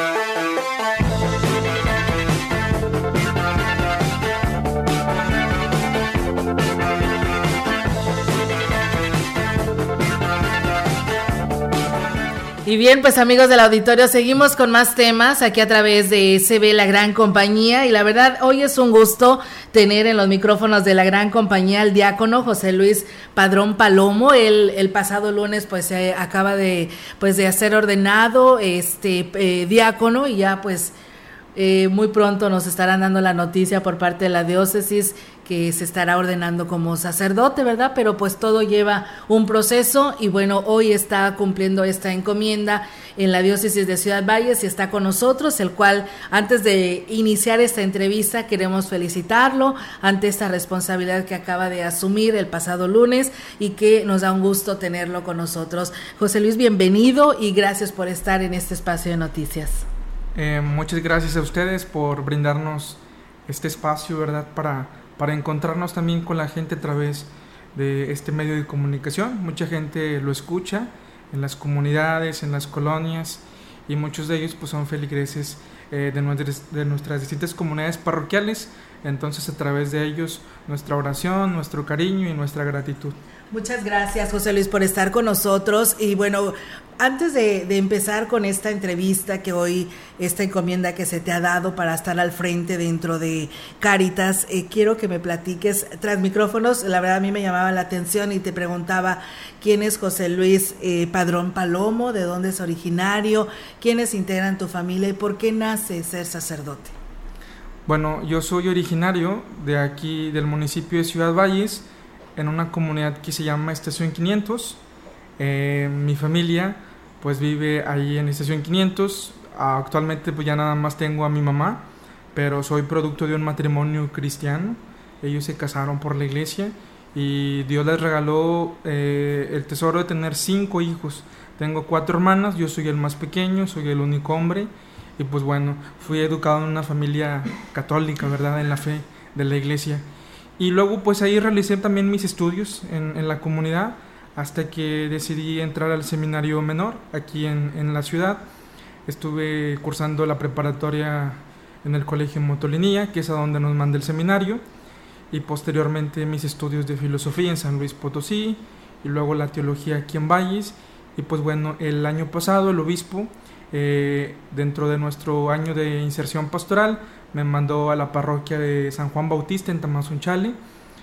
Y bien, pues amigos del auditorio, seguimos con más temas aquí a través de C B La Gran Compañía, y la verdad hoy es un gusto tener en los micrófonos de La Gran Compañía al diácono José Luis Padrón Palomo. Él el pasado lunes pues se acaba de pues de ser ordenado este eh, diácono, y ya pues eh, muy pronto nos estarán dando la noticia por parte de la diócesis que se estará ordenando como sacerdote, ¿verdad? Pero pues todo lleva un proceso, y bueno, hoy está cumpliendo esta encomienda en la diócesis de Ciudad Valles y está con nosotros, el cual antes de iniciar esta entrevista queremos felicitarlo ante esta responsabilidad que acaba de asumir el pasado lunes y que nos da un gusto tenerlo con nosotros. José Luis, bienvenido y gracias por estar en este espacio de noticias. Eh, muchas gracias a ustedes por brindarnos este espacio, ¿verdad?, para para encontrarnos también con la gente a través de este medio de comunicación. Mucha gente lo escucha en las comunidades, en las colonias, y muchos de ellos pues son feligreses eh, de, nuestras, de nuestras distintas comunidades parroquiales. Entonces a través de ellos nuestra oración, nuestro cariño y nuestra gratitud. Muchas gracias, José Luis, por estar con nosotros. Y bueno, antes de, de empezar con esta entrevista que hoy, esta encomienda que se te ha dado para estar al frente dentro de Cáritas, eh, quiero que me platiques tras micrófonos. La verdad a mí me llamaba la atención y te preguntaba quién es José Luis eh, Padrón Palomo, de dónde es originario, quiénes integran tu familia y por qué nace ser sacerdote. Bueno, yo soy originario de aquí, del municipio de Ciudad Valles, en una comunidad que se llama Estación quinientos. Eh, mi familia pues vive ahí en Estación quinientos. Actualmente pues ya nada más tengo a mi mamá, pero soy producto de un matrimonio cristiano. Ellos se casaron por la iglesia y Dios les regaló eh, el tesoro de tener cinco hijos. Tengo cuatro hermanas, yo soy el más pequeño, soy el único hombre y pues bueno, fui educado en una familia católica, ¿verdad? En la fe de la iglesia. Y luego pues ahí realicé también mis estudios en, en la comunidad hasta que decidí entrar al seminario menor aquí en, en la ciudad. Estuve cursando la preparatoria en el colegio Motolinía, que es a donde nos manda el seminario, y posteriormente mis estudios de filosofía en San Luis Potosí y luego la teología aquí en Valles. Y pues bueno, el año pasado el obispo, eh, dentro de nuestro año de inserción pastoral, me mandó a la parroquia de San Juan Bautista en Tamazunchale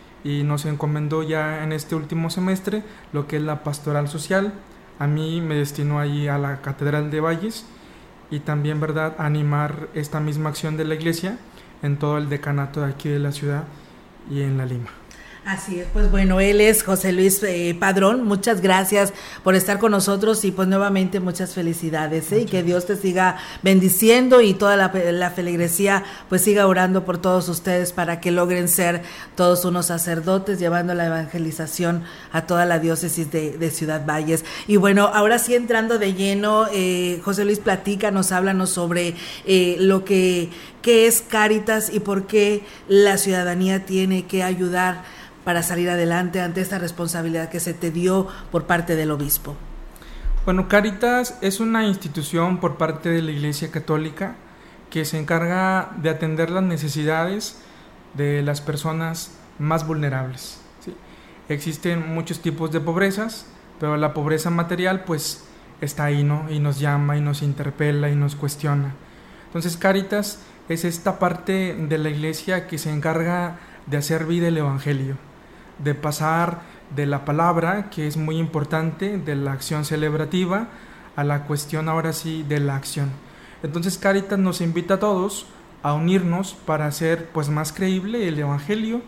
y nos encomendó ya en este último semestre lo que es la pastoral social. A mí me destinó allí a la Catedral de Valles y también, ¿verdad?, a animar esta misma acción de la iglesia en todo el decanato de aquí de la ciudad y en La Lima. Así es, pues bueno, él es José Luis eh, Padrón. Muchas gracias por estar con nosotros y pues nuevamente muchas felicidades, ¿eh? Y que Dios te siga bendiciendo y toda la, la feligresía pues siga orando por todos ustedes para que logren ser todos unos sacerdotes, llevando la evangelización a toda la diócesis de, de Ciudad Valles. Y bueno, ahora sí entrando de lleno, eh, José Luis, platícanos, háblanos sobre eh, lo que, qué es Cáritas y por qué la ciudadanía tiene que ayudar para salir adelante ante esta responsabilidad que se te dio por parte del obispo. Bueno, Cáritas es una institución por parte de la Iglesia Católica que se encarga de atender las necesidades de las personas más vulnerables, ¿sí? Existen muchos tipos de pobrezas, pero la pobreza material pues está ahí, ¿no? Y nos llama y nos interpela y nos cuestiona. Entonces Cáritas es esta parte de la Iglesia que se encarga de hacer vida el Evangelio, de pasar de la palabra, que es muy importante, de la acción celebrativa, a la cuestión ahora sí de la acción. Entonces Cáritas nos invita a todos a unirnos para hacer pues más creíble el Evangelio,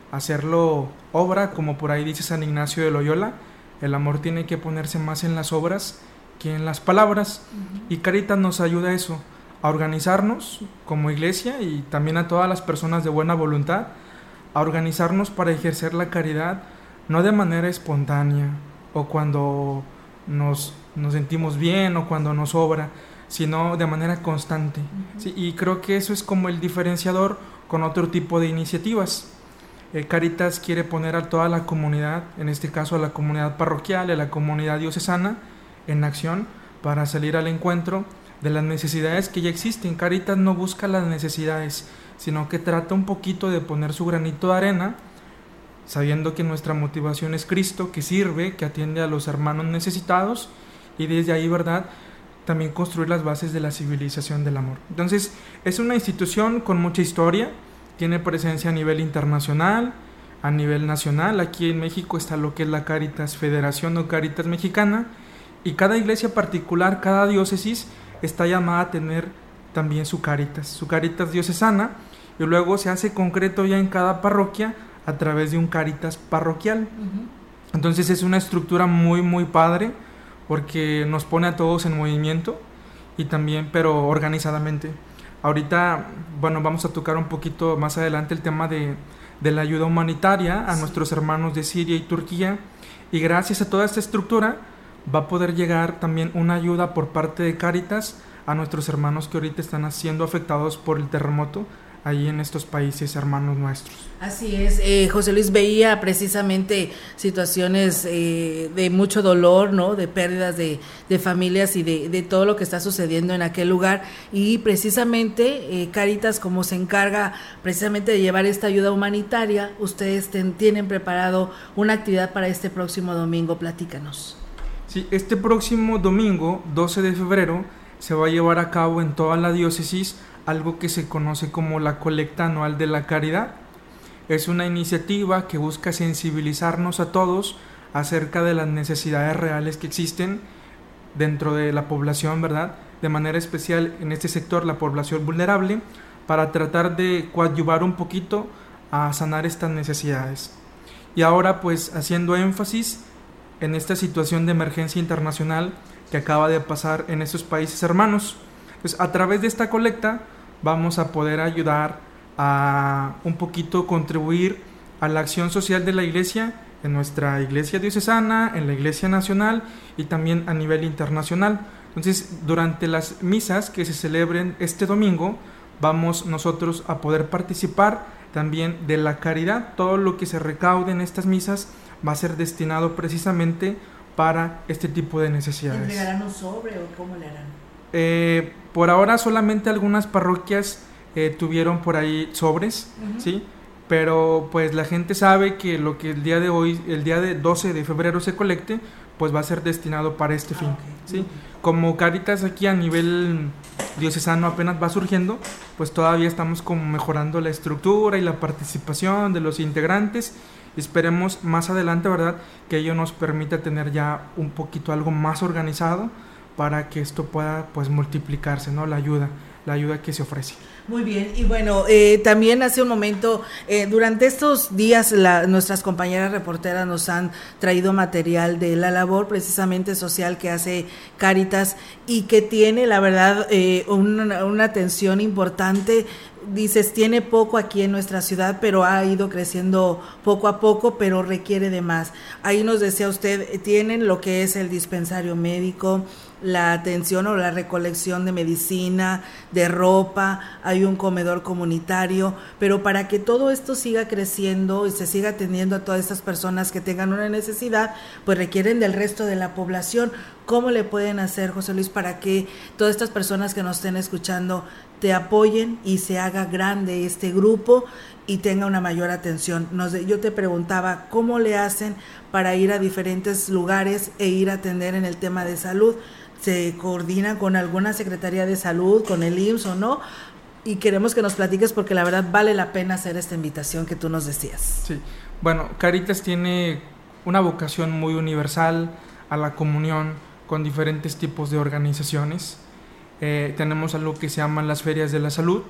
hacerlo obra, como por ahí dice San Ignacio de Loyola, el amor tiene que ponerse más en las obras que en las palabras, uh-huh. Y Cáritas nos ayuda a eso, a organizarnos como iglesia y también a todas las personas de buena voluntad, a organizarnos para ejercer la caridad, no de manera espontánea o cuando nos, nos sentimos bien o cuando nos sobra, sino de manera constante. Uh-huh. Sí, y creo que eso es como el diferenciador con otro tipo de iniciativas. Eh, Cáritas quiere poner a toda la comunidad, en este caso a la comunidad parroquial, a la comunidad diocesana, en acción para salir al encuentro de las necesidades que ya existen. Cáritas no busca las necesidades, sino que trata un poquito de poner su granito de arena, sabiendo que nuestra motivación es Cristo, que sirve, que atiende a los hermanos necesitados, y desde ahí, ¿verdad?, también construir las bases de la civilización del amor. Entonces, es una institución con mucha historia, tiene presencia a nivel internacional, a nivel nacional. Aquí en México está lo que es la Cáritas Federación o Cáritas Mexicana, y cada iglesia particular, cada diócesis, está llamada a tener también su Cáritas, su Cáritas diocesana, y luego se hace concreto ya en cada parroquia a través de un Cáritas parroquial. Uh-huh. Entonces es una estructura muy muy padre porque nos pone a todos en movimiento y también, pero organizadamente. Ahorita, bueno, vamos a tocar un poquito más adelante el tema de, de la ayuda humanitaria a sí. nuestros hermanos de Siria y Turquía, y gracias a toda esta estructura va a poder llegar también una ayuda por parte de Cáritas a nuestros hermanos que ahorita están siendo afectados por el terremoto ahí en estos países hermanos nuestros. Así es, eh, José Luis, veía precisamente situaciones eh, de mucho dolor, ¿no? De pérdidas de, de familias y de, de todo lo que está sucediendo en aquel lugar, y precisamente eh, Cáritas, como se encarga precisamente de llevar esta ayuda humanitaria, ustedes ten, tienen preparado una actividad para este próximo domingo. Platícanos. Sí, este próximo domingo, doce de febrero, se va a llevar a cabo en toda la diócesis algo que se conoce como la colecta anual de la caridad. Es una iniciativa que busca sensibilizarnos a todos acerca de las necesidades reales que existen dentro de la población, ¿verdad? De manera especial en este sector, la población vulnerable, para tratar de coadyuvar un poquito a sanar estas necesidades. Y ahora, pues, haciendo énfasis en esta situación de emergencia internacional que acaba de pasar en estos países hermanos, pues a través de esta colecta vamos a poder ayudar a un poquito contribuir a la acción social de la iglesia, en nuestra iglesia diocesana, en la iglesia nacional y también a nivel internacional. Entonces, durante las misas que se celebren este domingo, vamos nosotros a poder participar también de la caridad. Todo lo que se recaude en estas misas va a ser destinado precisamente para este tipo de necesidades. ¿Entregarán un sobre o cómo le harán? Eh, por ahora solamente algunas parroquias eh, tuvieron por ahí sobres, uh-huh. ¿sí? Pero pues la gente sabe que lo que el día de hoy, el día de doce de febrero se colecte, pues va a ser destinado para este fin, okay. ¿sí? Uh-huh. Como Cáritas aquí a nivel diocesano apenas va surgiendo, pues todavía estamos como mejorando la estructura y la participación de los integrantes. Esperemos más adelante, ¿verdad?, que ello nos permita tener ya un poquito algo más organizado para que esto pueda pues multiplicarse, ¿no? La ayuda, la ayuda que se ofrece. Muy bien, y bueno, eh, también hace un momento, eh, durante estos días la, nuestras compañeras reporteras nos han traído material de la labor precisamente social que hace Cáritas y que tiene, la verdad, eh, una, una atención importante. Dices, tiene poco aquí en nuestra ciudad, pero ha ido creciendo poco a poco, pero requiere de más. Ahí nos decía usted, tienen lo que es el dispensario médico, la atención o la recolección de medicina, de ropa, hay un comedor comunitario, pero para que todo esto siga creciendo y se siga atendiendo a todas estas personas que tengan una necesidad, pues requieren del resto de la población. ¿Cómo le pueden hacer, José Luis, para que todas estas personas que nos estén escuchando te apoyen y se haga grande este grupo y tenga una mayor atención? Nos, yo te preguntaba, ¿cómo le hacen para ir a diferentes lugares e ir a atender en el tema de salud? ¿Se coordina con alguna Secretaría de Salud, con el I M S S o no? Y queremos que nos platiques porque la verdad vale la pena hacer esta invitación que tú nos decías. Sí, bueno, Cáritas tiene una vocación muy universal a la comunión con diferentes tipos de organizaciones. Eh, tenemos algo que se llaman las ferias de la salud,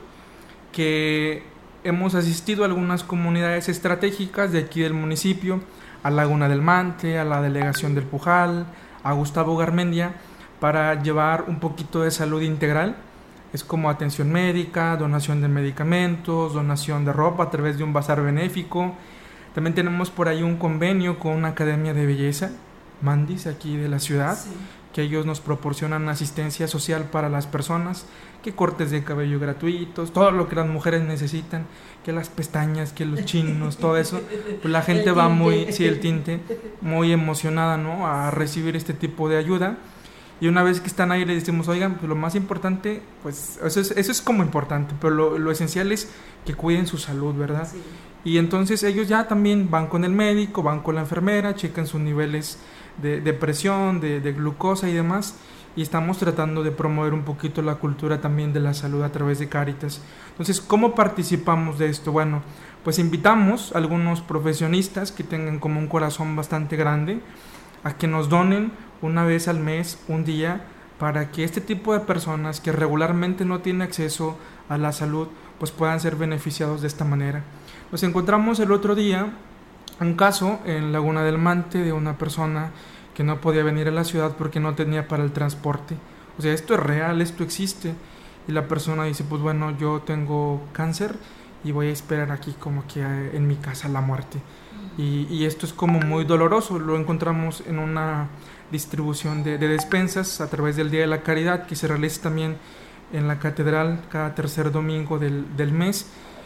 que hemos asistido a algunas comunidades estratégicas de aquí del municipio, a Laguna del Mante, a la delegación del Pujal, a Gustavo Garmendia, para llevar un poquito de salud integral. Es como atención médica, donación de medicamentos, donación de ropa a través de un bazar benéfico. También tenemos por ahí un convenio con una academia de belleza, Mandis, aquí de la ciudad, sí, que ellos nos proporcionan asistencia social para las personas, que cortes de cabello gratuitos, todo lo que las mujeres necesitan, que las pestañas, que los chinos, todo eso, pues la gente va muy, sí, el tinte, muy emocionada, ¿no?, a recibir este tipo de ayuda. Y una vez que están ahí les decimos, oigan, pues lo más importante, pues eso es, eso es como importante, pero lo, lo esencial es que cuiden su salud, ¿verdad? Sí. Y entonces ellos ya también van con el médico, van con la enfermera, checan sus niveles de, de presión, de, de glucosa y demás, y estamos tratando de promover un poquito la cultura también de la salud a través de Cáritas. Entonces, ¿cómo participamos de esto? Bueno, pues invitamos a algunos profesionistas que tengan como un corazón bastante grande a que nos donen una vez al mes, un día, para que este tipo de personas que regularmente no tienen acceso a la salud, pues puedan ser beneficiados de esta manera. Nos encontramos el otro día un caso en Laguna del Mante de una persona que no podía venir a la ciudad porque no tenía para el transporte. O sea, esto es real, esto existe. Y la persona dice, pues bueno, yo tengo cáncer y voy a esperar aquí como que en mi casa la muerte. Y, y esto es como muy doloroso. Lo encontramos en una distribución de, de despensas a través del Día de la Caridad que se realiza también en la catedral cada tercer domingo del, del mes,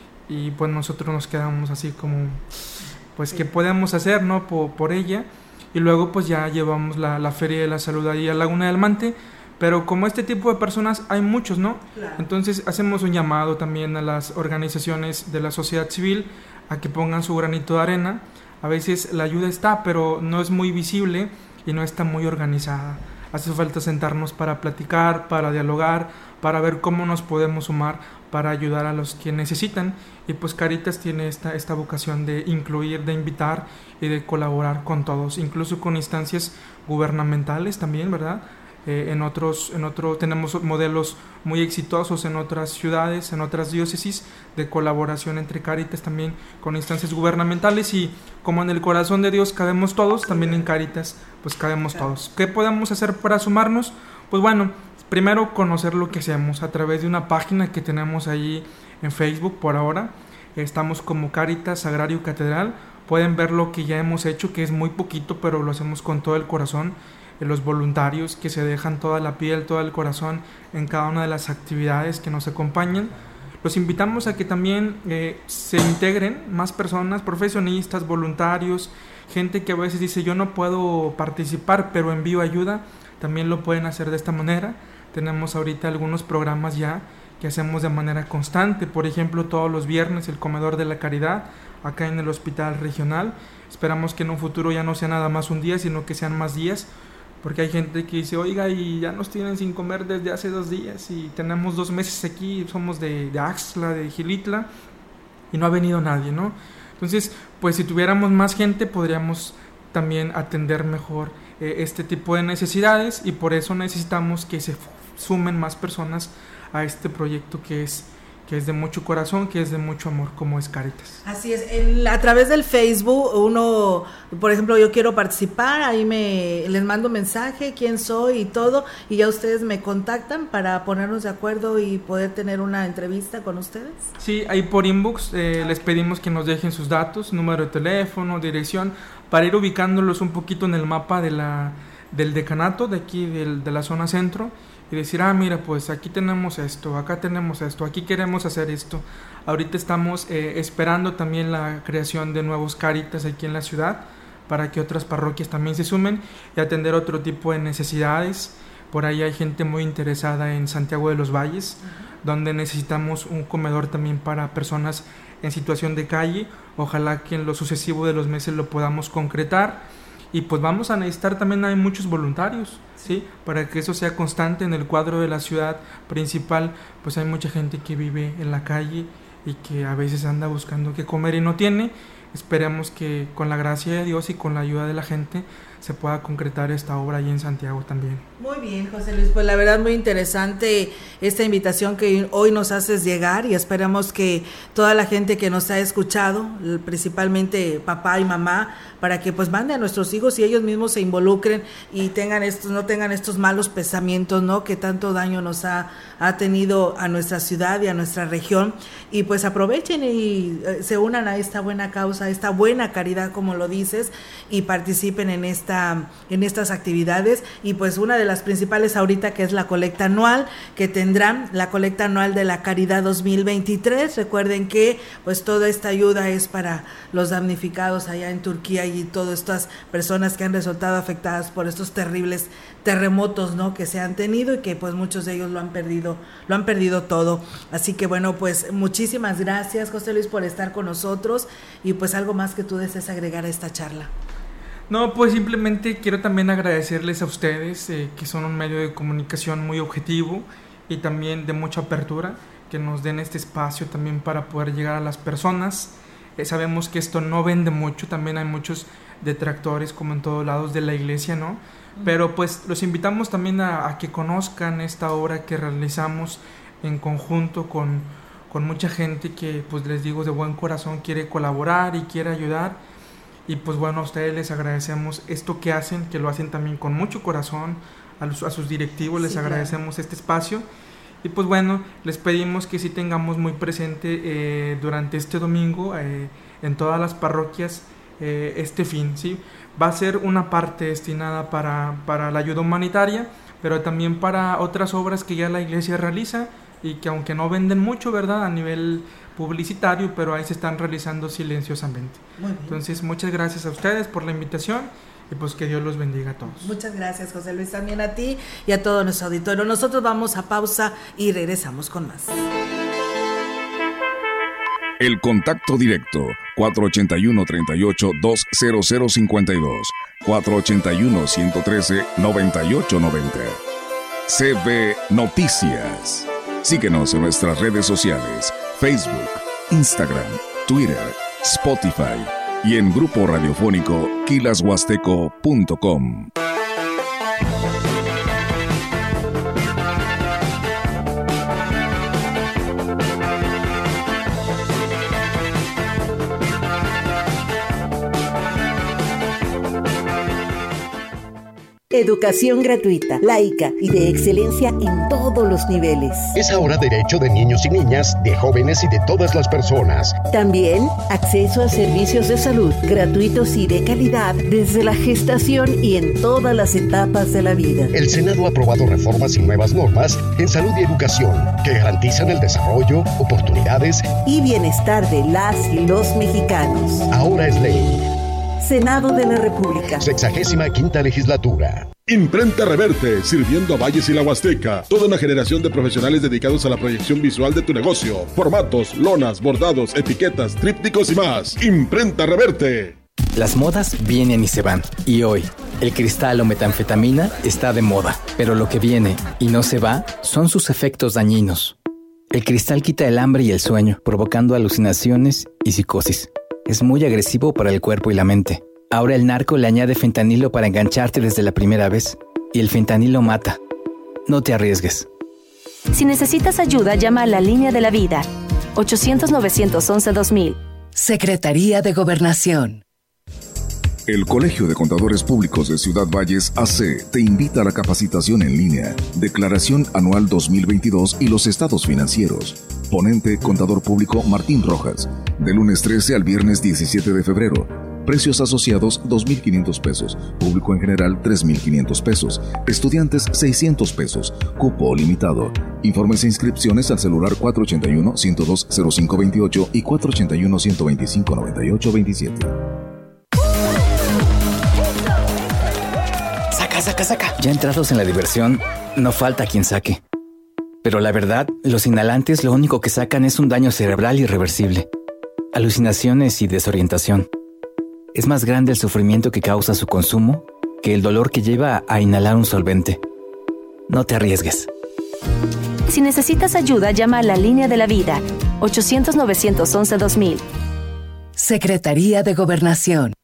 y pues nosotros nos quedamos así como, pues qué podemos hacer, ¿no? Por, por ella, y luego pues ya llevamos la, la Feria de la Salud ahí a Laguna del Mante, pero como este tipo de personas hay muchos, ¿no? Claro. Entonces hacemos un llamado también a las organizaciones de la sociedad civil a que pongan su granito de arena. A veces la ayuda está, pero no es muy visible y no está muy organizada. Hace falta sentarnos para platicar, para dialogar, para ver cómo nos podemos sumar para ayudar a los que necesitan. Y pues Cáritas tiene esta, esta vocación de incluir, de invitar y de colaborar con todos, incluso con instancias gubernamentales también, ¿verdad? Eh, en otros, en otro, tenemos modelos muy exitosos en otras ciudades, en otras diócesis, de colaboración entre Cáritas también con instancias gubernamentales, y como en el corazón de Dios cabemos todos, también en Cáritas pues cabemos todos. ¿Qué podemos hacer para sumarnos? Pues bueno, primero conocer lo que hacemos a través de una página que tenemos ahí en Facebook por ahora. Estamos como Cáritas Sagrario Catedral. Pueden ver lo que ya hemos hecho, que es muy poquito, pero lo hacemos con todo el corazón. Los voluntarios que se dejan toda la piel, todo el corazón en cada una de las actividades que nos acompañan. Los invitamos a que también eh, se integren más personas, profesionistas, voluntarios, gente que a veces dice yo no puedo participar pero envío ayuda, también lo pueden hacer de esta manera. Tenemos ahorita algunos programas ya que hacemos de manera constante, por ejemplo todos los viernes el Comedor de la Caridad acá en el Hospital Regional. Esperamos que en un futuro ya no sea nada más un día, sino que sean más días, porque hay gente que dice, oiga, y ya nos tienen sin comer desde hace dos días y tenemos dos meses aquí, somos de, de Axtla, de Gilitla, y no ha venido nadie, ¿no? Entonces, pues si tuviéramos más gente, podríamos también atender mejor eh, este tipo de necesidades, y por eso necesitamos que se sumen más personas a este proyecto que es que es de mucho corazón, que es de mucho amor, como es Cáritas. Así es, en, a través del Facebook, uno, por ejemplo, yo quiero participar, ahí me les mando mensaje, quién soy y todo, y ya ustedes me contactan para ponernos de acuerdo y poder tener una entrevista con ustedes. Sí, ahí por inbox eh, les pedimos que nos dejen sus datos, número de teléfono, dirección, para ir ubicándolos un poquito en el mapa de la, del decanato, de aquí, del, de la zona centro, y decir, ah, mira, pues aquí tenemos esto, acá tenemos esto, aquí queremos hacer esto. Ahorita estamos eh, esperando también la creación de nuevos Cáritas aquí en la ciudad, para que otras parroquias también se sumen y atender otro tipo de necesidades. Por ahí hay gente muy interesada en Santiago de los Valles, uh-huh. donde necesitamos un comedor también para personas en situación de calle. Ojalá que en lo sucesivo de los meses lo podamos concretar. Y pues vamos a necesitar también, hay muchos voluntarios, ¿sí? Para que eso sea constante en el cuadro de la ciudad principal, pues hay mucha gente que vive en la calle y que a veces anda buscando qué comer y no tiene. Esperemos que con la gracia de Dios y con la ayuda de la gente se pueda concretar esta obra ahí en Santiago también. Muy bien, José Luis, pues la verdad muy interesante esta invitación que hoy nos haces llegar, y esperamos que toda la gente que nos ha escuchado, principalmente papá y mamá, para que pues manden a nuestros hijos y ellos mismos se involucren y tengan estos, no tengan estos malos pensamientos, ¿no? Que tanto daño nos ha, ha tenido a nuestra ciudad y a nuestra región, y pues aprovechen y eh, se unan a esta buena causa, a esta buena caridad, como lo dices, y participen en esta en estas actividades. Y pues una de las principales ahorita, que es la colecta anual, que tendrán la colecta anual de la Caridad dos mil veintitrés. Recuerden que pues toda esta ayuda es para los damnificados allá en Turquía y todas estas personas que han resultado afectadas por estos terribles terremotos, ¿no? Que se han tenido y que pues muchos de ellos lo han perdido, lo han perdido todo. Así que bueno, pues muchísimas gracias, José Luis, por estar con nosotros, y pues algo más que tú desees agregar a esta charla. No, pues simplemente quiero también agradecerles a ustedes, eh, que son un medio de comunicación muy objetivo y también de mucha apertura, que nos den este espacio también para poder llegar a las personas. Eh, sabemos que esto no vende mucho, también hay muchos detractores, como en todos lados de la iglesia, ¿no? Pero pues los invitamos también a, a que conozcan esta obra que realizamos en conjunto con, con mucha gente que, pues les digo, de buen corazón quiere colaborar y quiere ayudar. Y pues bueno, a ustedes les agradecemos esto que hacen, que lo hacen también con mucho corazón, a, los, a sus directivos les sí, agradecemos claro. este espacio. Y pues bueno, les pedimos que sí tengamos muy presente eh, durante este domingo eh, en todas las parroquias eh, este fin, ¿sí? Va a ser una parte destinada para, para la ayuda humanitaria, pero también para otras obras que ya la iglesia realiza y que aunque no venden mucho, ¿verdad?, a nivel publicitario, pero ahí se están realizando silenciosamente. Entonces, muchas gracias a ustedes por la invitación y pues que Dios los bendiga a todos. Muchas gracias, José Luis, también a ti y a todo nuestro auditorio. Nosotros vamos a pausa y regresamos con más. El contacto directo cuatro ochenta y uno, treinta y ocho, dos cero cero cincuenta y dos, cuatro ochenta y uno, ciento trece, noventa y ocho noventa. C B Noticias. Síguenos en nuestras redes sociales, Facebook, Instagram, Twitter, Spotify y en grupo radiofónico quilas huasteco punto com. Educación gratuita, laica y de excelencia en todos los niveles. Es ahora derecho de niños y niñas, de jóvenes y de todas las personas. También acceso a servicios de salud gratuitos y de calidad desde la gestación y en todas las etapas de la vida. El Senado ha aprobado reformas y nuevas normas en salud y educación que garantizan el desarrollo, oportunidades y bienestar de las y los mexicanos. Ahora es ley. Senado de la República. Sexagésima quinta legislatura. Imprenta Reverte, sirviendo a Valles y la Huasteca. Toda una generación de profesionales dedicados a la proyección visual de tu negocio. Formatos, lonas, bordados, etiquetas, trípticos y más. Imprenta Reverte. Las modas vienen y se van. Y hoy, el cristal o metanfetamina está de moda. Pero lo que viene y no se va son sus efectos dañinos. El cristal quita el hambre y el sueño, provocando alucinaciones y psicosis. Es muy agresivo para el cuerpo y la mente. Ahora el narco le añade fentanilo para engancharte desde la primera vez. Y el fentanilo mata. No te arriesgues. Si necesitas ayuda, llama a la Línea de la Vida. ochocientos, novecientos once, dos mil. Secretaría de Gobernación. El Colegio de Contadores Públicos de Ciudad Valles A C te invita a la capacitación en línea, Declaración Anual dos mil veintidós y los estados financieros. Ponente Contador Público Martín Rojas, de lunes trece al viernes diecisiete de febrero. Precios asociados dos mil quinientos pesos, público en general tres mil quinientos pesos, estudiantes seiscientos pesos, cupo limitado. Informes e inscripciones al celular cuatro ochenta y uno, ciento dos, cero cinco veintiocho y cuatro ochenta y uno, ciento veinticinco, noventa y ocho veintisiete. Saca, saca, saca. Ya entrados en la diversión, no falta quien saque. Pero la verdad, los inhalantes lo único que sacan es un daño cerebral irreversible, alucinaciones y desorientación. Es más grande el sufrimiento que causa su consumo que el dolor que lleva a inhalar un solvente. No te arriesgues. Si necesitas ayuda, llama a la Línea de la Vida. ochocientos, novecientos once, dos mil. Secretaría de Gobernación.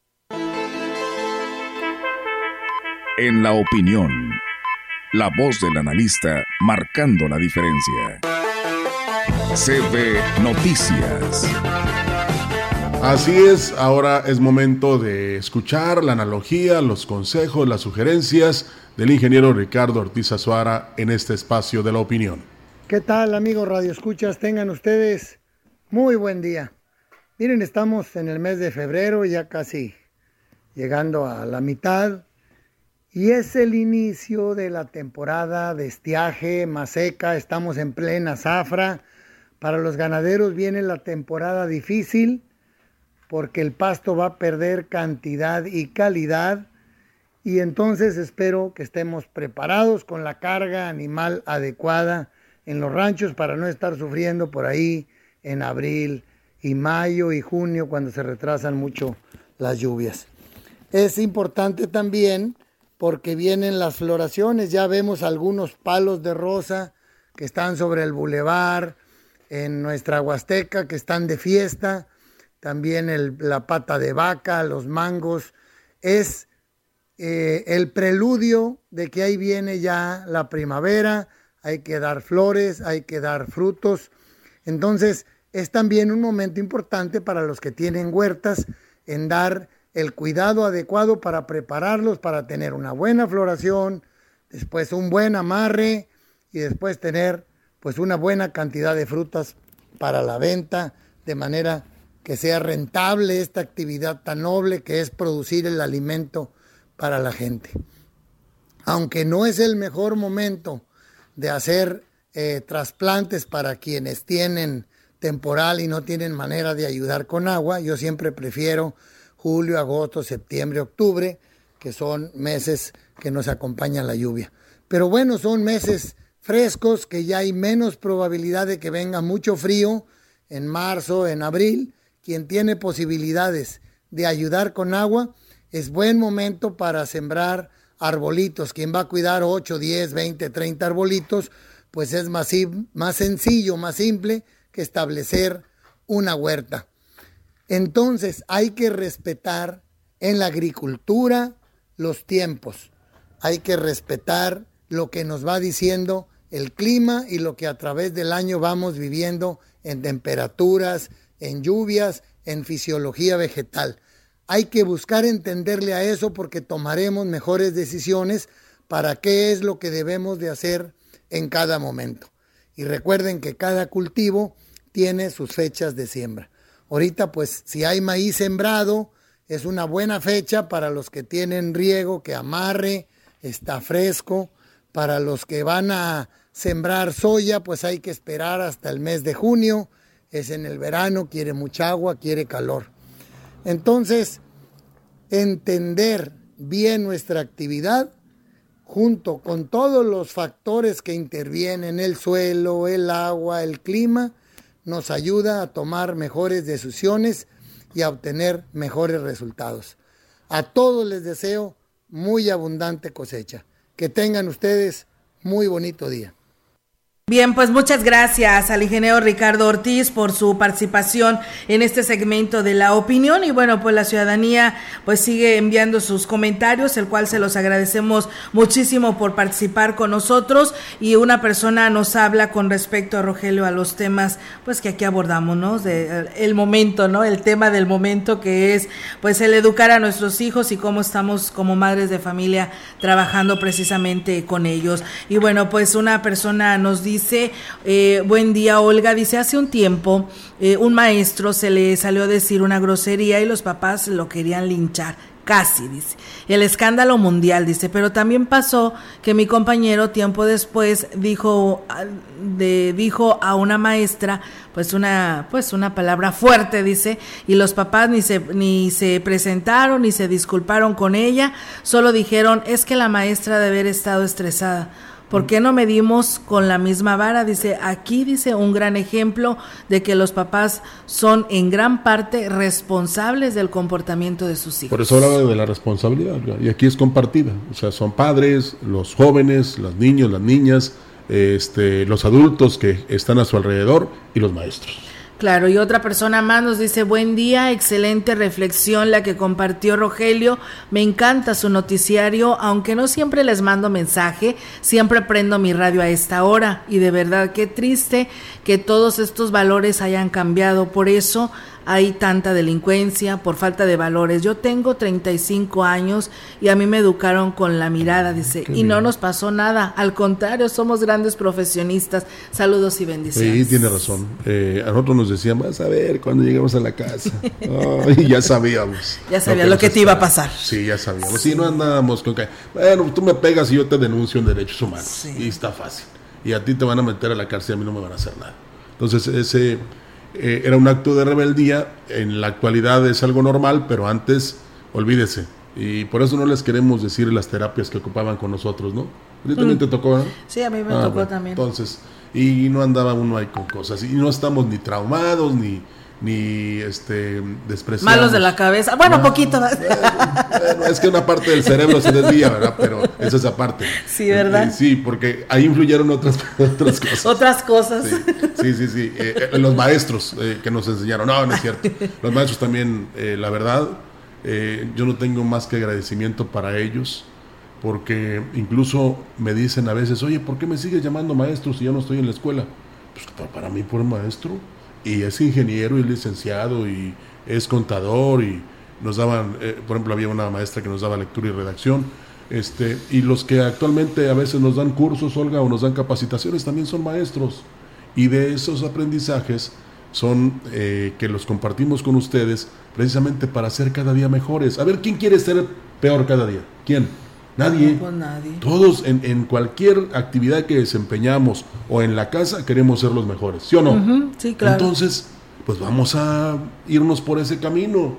En la opinión, la voz del analista marcando la diferencia. C B Noticias. Así es, ahora es momento de escuchar la analogía, los consejos, las sugerencias del ingeniero Ricardo Ortiz Azuara en este espacio de la opinión. ¿Qué tal, amigos radioescuchas? Tengan ustedes muy buen día. Miren, estamos en el mes de febrero, ya casi llegando a la mitad, y es el inicio de la temporada de estiaje más seca. Estamos en plena zafra. Para los ganaderos viene la temporada difícil, porque el pasto va a perder cantidad y calidad, y entonces espero que estemos preparados con la carga animal adecuada en los ranchos para no estar sufriendo por ahí en abril y mayo y junio cuando se retrasan mucho las lluvias. Es importante también porque vienen las floraciones. Ya vemos algunos palos de rosa que están sobre el bulevar en nuestra Huasteca, que están de fiesta. También el, la pata de vaca, los mangos. Es eh, el preludio de que ahí viene ya la primavera. Hay que dar flores, hay que dar frutos. Entonces es también un momento importante para los que tienen huertas en dar el cuidado adecuado para prepararlos para tener una buena floración, después un buen amarre y después tener pues una buena cantidad de frutas para la venta, de manera que sea rentable esta actividad tan noble que es producir el alimento para la gente. aunque no es el mejor momento de hacer eh, trasplantes para quienes tienen temporal y no tienen manera de ayudar con agua, yo siempre prefiero julio, agosto, septiembre, octubre, que son meses que nos acompaña la lluvia. Pero bueno, son meses frescos, que ya hay menos probabilidad de que venga mucho frío en marzo, en abril. Quien tiene posibilidades de ayudar con agua, es buen momento para sembrar arbolitos. Quien va a cuidar ocho, diez, veinte, treinta arbolitos, pues es más, más sencillo, más simple que establecer una huerta. Entonces hay que respetar en la agricultura los tiempos. Hay que respetar lo que nos va diciendo el clima y lo que a través del año vamos viviendo en temperaturas, en lluvias, en fisiología vegetal. Hay que buscar entenderle a eso, porque tomaremos mejores decisiones para qué es lo que debemos de hacer en cada momento. Y recuerden que cada cultivo tiene sus fechas de siembra. Ahorita, pues, si hay maíz sembrado, es una buena fecha para los que tienen riego, que amarre, está fresco. Para los que van a sembrar soya, pues hay que esperar hasta el mes de junio. Es en el verano, quiere mucha agua, quiere calor. Entonces, entender bien nuestra actividad, junto con todos los factores que intervienen, el suelo, el agua, el clima, nos ayuda a tomar mejores decisiones y a obtener mejores resultados. A todos les deseo muy abundante cosecha. Que tengan ustedes muy bonito día. Bien, pues muchas gracias al ingeniero Ricardo Ortiz por su participación en este segmento de la opinión. Y bueno, pues la ciudadanía pues sigue enviando sus comentarios, el cual se los agradecemos muchísimo por participar con nosotros. Y una persona nos habla con respecto a Rogelio, a los temas pues que aquí abordamos, ¿no? De, el momento, ¿no? El tema del momento, que es pues el educar a nuestros hijos y cómo estamos como madres de familia trabajando precisamente con ellos. Y bueno, pues una persona nos dice Dice, eh, buen día Olga, dice, hace un tiempo eh, un maestro se le salió a decir una grosería y los papás lo querían linchar, casi, dice, el escándalo mundial, dice, pero también pasó que mi compañero tiempo después dijo, de, dijo a una maestra, pues una, pues una palabra fuerte, dice, y los papás ni se, ni se presentaron, ni se disculparon con ella, solo dijeron, es que la maestra debe haber estado estresada. ¿Por qué no medimos con la misma vara? Dice, aquí dice un gran ejemplo de que los papás son en gran parte responsables del comportamiento de sus hijos. Por eso hablaba de la responsabilidad, y aquí es compartida, o sea, son padres, los jóvenes, los niños, las niñas, este, los adultos que están a su alrededor y los maestros. Claro, y otra persona más nos dice, buen día, excelente reflexión la que compartió Rogelio, me encanta su noticiario, aunque no siempre les mando mensaje, siempre prendo mi radio a esta hora, y de verdad qué triste que todos estos valores hayan cambiado, por eso hay tanta delincuencia, por falta de valores. Yo tengo treinta y cinco años y a mí me educaron con la mirada, dice, qué y bien. No nos pasó nada, al contrario, somos grandes profesionistas. Saludos y bendiciones. Sí, tiene razón. Eh, a nosotros nos decían, vas a ver cuando lleguemos a la casa. Oh, y ya sabíamos. Ya sabía lo que, lo que te iba a pasar. Sí, ya sabíamos. Sí, no andábamos con que, bueno, tú me pegas y yo te denuncio en derechos humanos. Sí. Y está fácil. Y a ti te van a meter a la cárcel y a mí no me van a hacer nada. Entonces, ese... Eh, era un acto de rebeldía, en la actualidad es algo normal, pero antes, olvídese, y por eso no les queremos decir las terapias que ocupaban con nosotros, ¿no? ¿A ti también mm. te tocó, no? Sí, a mí me ah, tocó bueno, también. Entonces, y no andaba uno ahí con cosas, y no estamos ni traumados, ni ni este despreciados. Malos de la cabeza, bueno, no, poquito. Bueno, bueno, es que una parte del cerebro se desvía, ¿verdad? Pero es esa parte. Sí, ¿verdad? Eh, sí, porque ahí influyeron otras, otras cosas. Otras cosas. Sí, sí, sí. sí. Eh, los maestros eh, que nos enseñaron, no, no es cierto. Los maestros también, eh, la verdad, eh, yo no tengo más que agradecimiento para ellos, porque incluso me dicen a veces, oye, ¿por qué me sigues llamando maestro si yo no estoy en la escuela? Pues para, para mí, por maestro. Y es ingeniero y es licenciado y es contador y nos daban, eh, por ejemplo, había una maestra que nos daba lectura y redacción, este, y los que actualmente a veces nos dan cursos, Olga, o nos dan capacitaciones, también son maestros, y de esos aprendizajes son eh, que los compartimos con ustedes precisamente para ser cada día mejores. A ver, ¿quién quiere ser peor cada día? ¿Quién? Nadie. No, pues nadie. Todos en, en cualquier actividad que desempeñamos o en la casa queremos ser los mejores, ¿sí o no? Uh-huh, sí, claro. Entonces, pues vamos a irnos por ese camino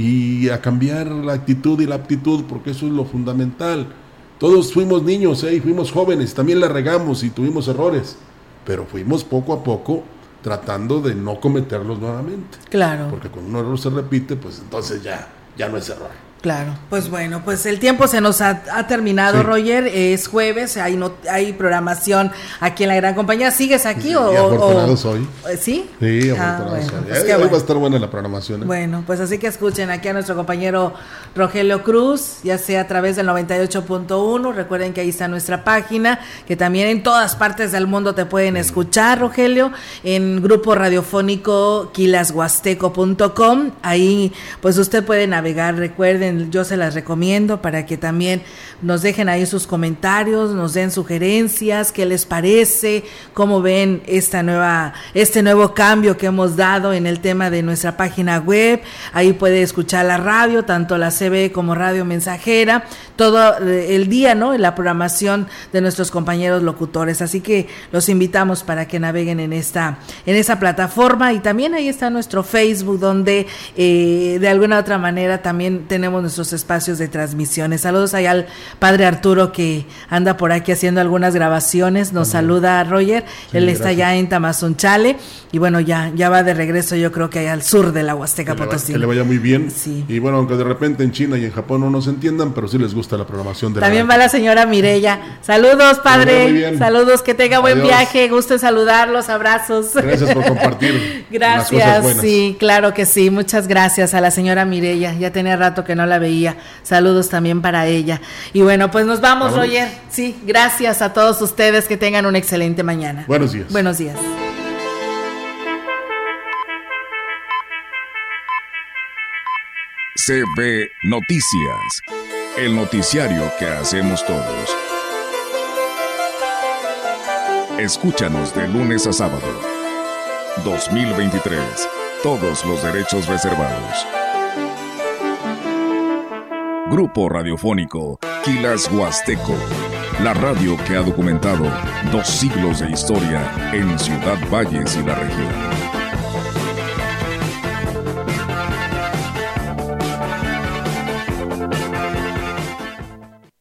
y a cambiar la actitud y la aptitud, porque eso es lo fundamental. Todos fuimos niños, ¿eh? Y fuimos jóvenes, también la regamos y tuvimos errores, pero fuimos poco a poco tratando de no cometerlos nuevamente. Claro. Porque cuando un error se repite, pues entonces ya, ya no es error. Claro, pues bueno, pues el tiempo se nos ha, ha terminado, sí. Roger, es jueves, hay no, hay programación aquí en la Gran Compañía. ¿Sigues aquí sí, o...? afortunado o, soy. ¿Sí? Sí, afortunado ah, bueno, soy. Pues Ahí, ahí bueno. va a estar estar buena la programación. ¿eh? Bueno, pues así que escuchen aquí a nuestro compañero Rogelio Cruz, ya sea a través del noventa y ocho punto uno, recuerden que ahí está nuestra página, que también en todas partes del mundo te pueden sí. escuchar, Rogelio, en grupo radiofónico quilas huasteco punto com, ahí pues usted puede navegar, recuerden, yo se las recomiendo recomiendo para que también nos dejen ahí sus comentarios, nos den sugerencias, qué les parece, cómo ven esta nueva, este nuevo cambio que hemos dado en el tema de nuestra página web. Ahí puede escuchar la radio, tanto la C B como Radio Mensajera, todo el día, ¿no? En la programación de nuestros compañeros locutores. Así que los invitamos para que naveguen en esta, en esa plataforma, y también ahí está nuestro Facebook, donde eh, de alguna u otra manera también tenemos nuestros espacios de transmisiones. Saludos allá al padre Arturo, que anda por aquí haciendo algunas grabaciones. Nos También. saluda Roger, sí, él está ya en Tamazunchale y bueno, ya ya va de regreso, yo creo que allá al sur de la Huasteca Potosí. Que le vaya muy bien. Sí. Y bueno, aunque de repente en China y en Japón no nos entiendan, pero sí les gusta la programación de También la va la señora Mireya. Saludos, padre. Saludos, que tenga buen Adiós. viaje. Gusto en saludarlos, abrazos. Gracias por compartir. Gracias, las cosas buenas. Sí, claro que sí. Muchas gracias a la señora Mireya. Ya tenía rato que no la veía. Saludos también para ella. Y bueno, pues nos vamos, ¿Vamos? Roger. Sí, gracias a todos ustedes, que tengan una excelente mañana. Buenos días. Buenos días. C B Noticias, el noticiario que hacemos todos. Escúchanos de lunes a sábado. dos mil veintitrés. Todos los derechos reservados. Grupo Radiofónico Quilas Huasteco, la radio que ha documentado dos siglos de historia en Ciudad Valles y la región.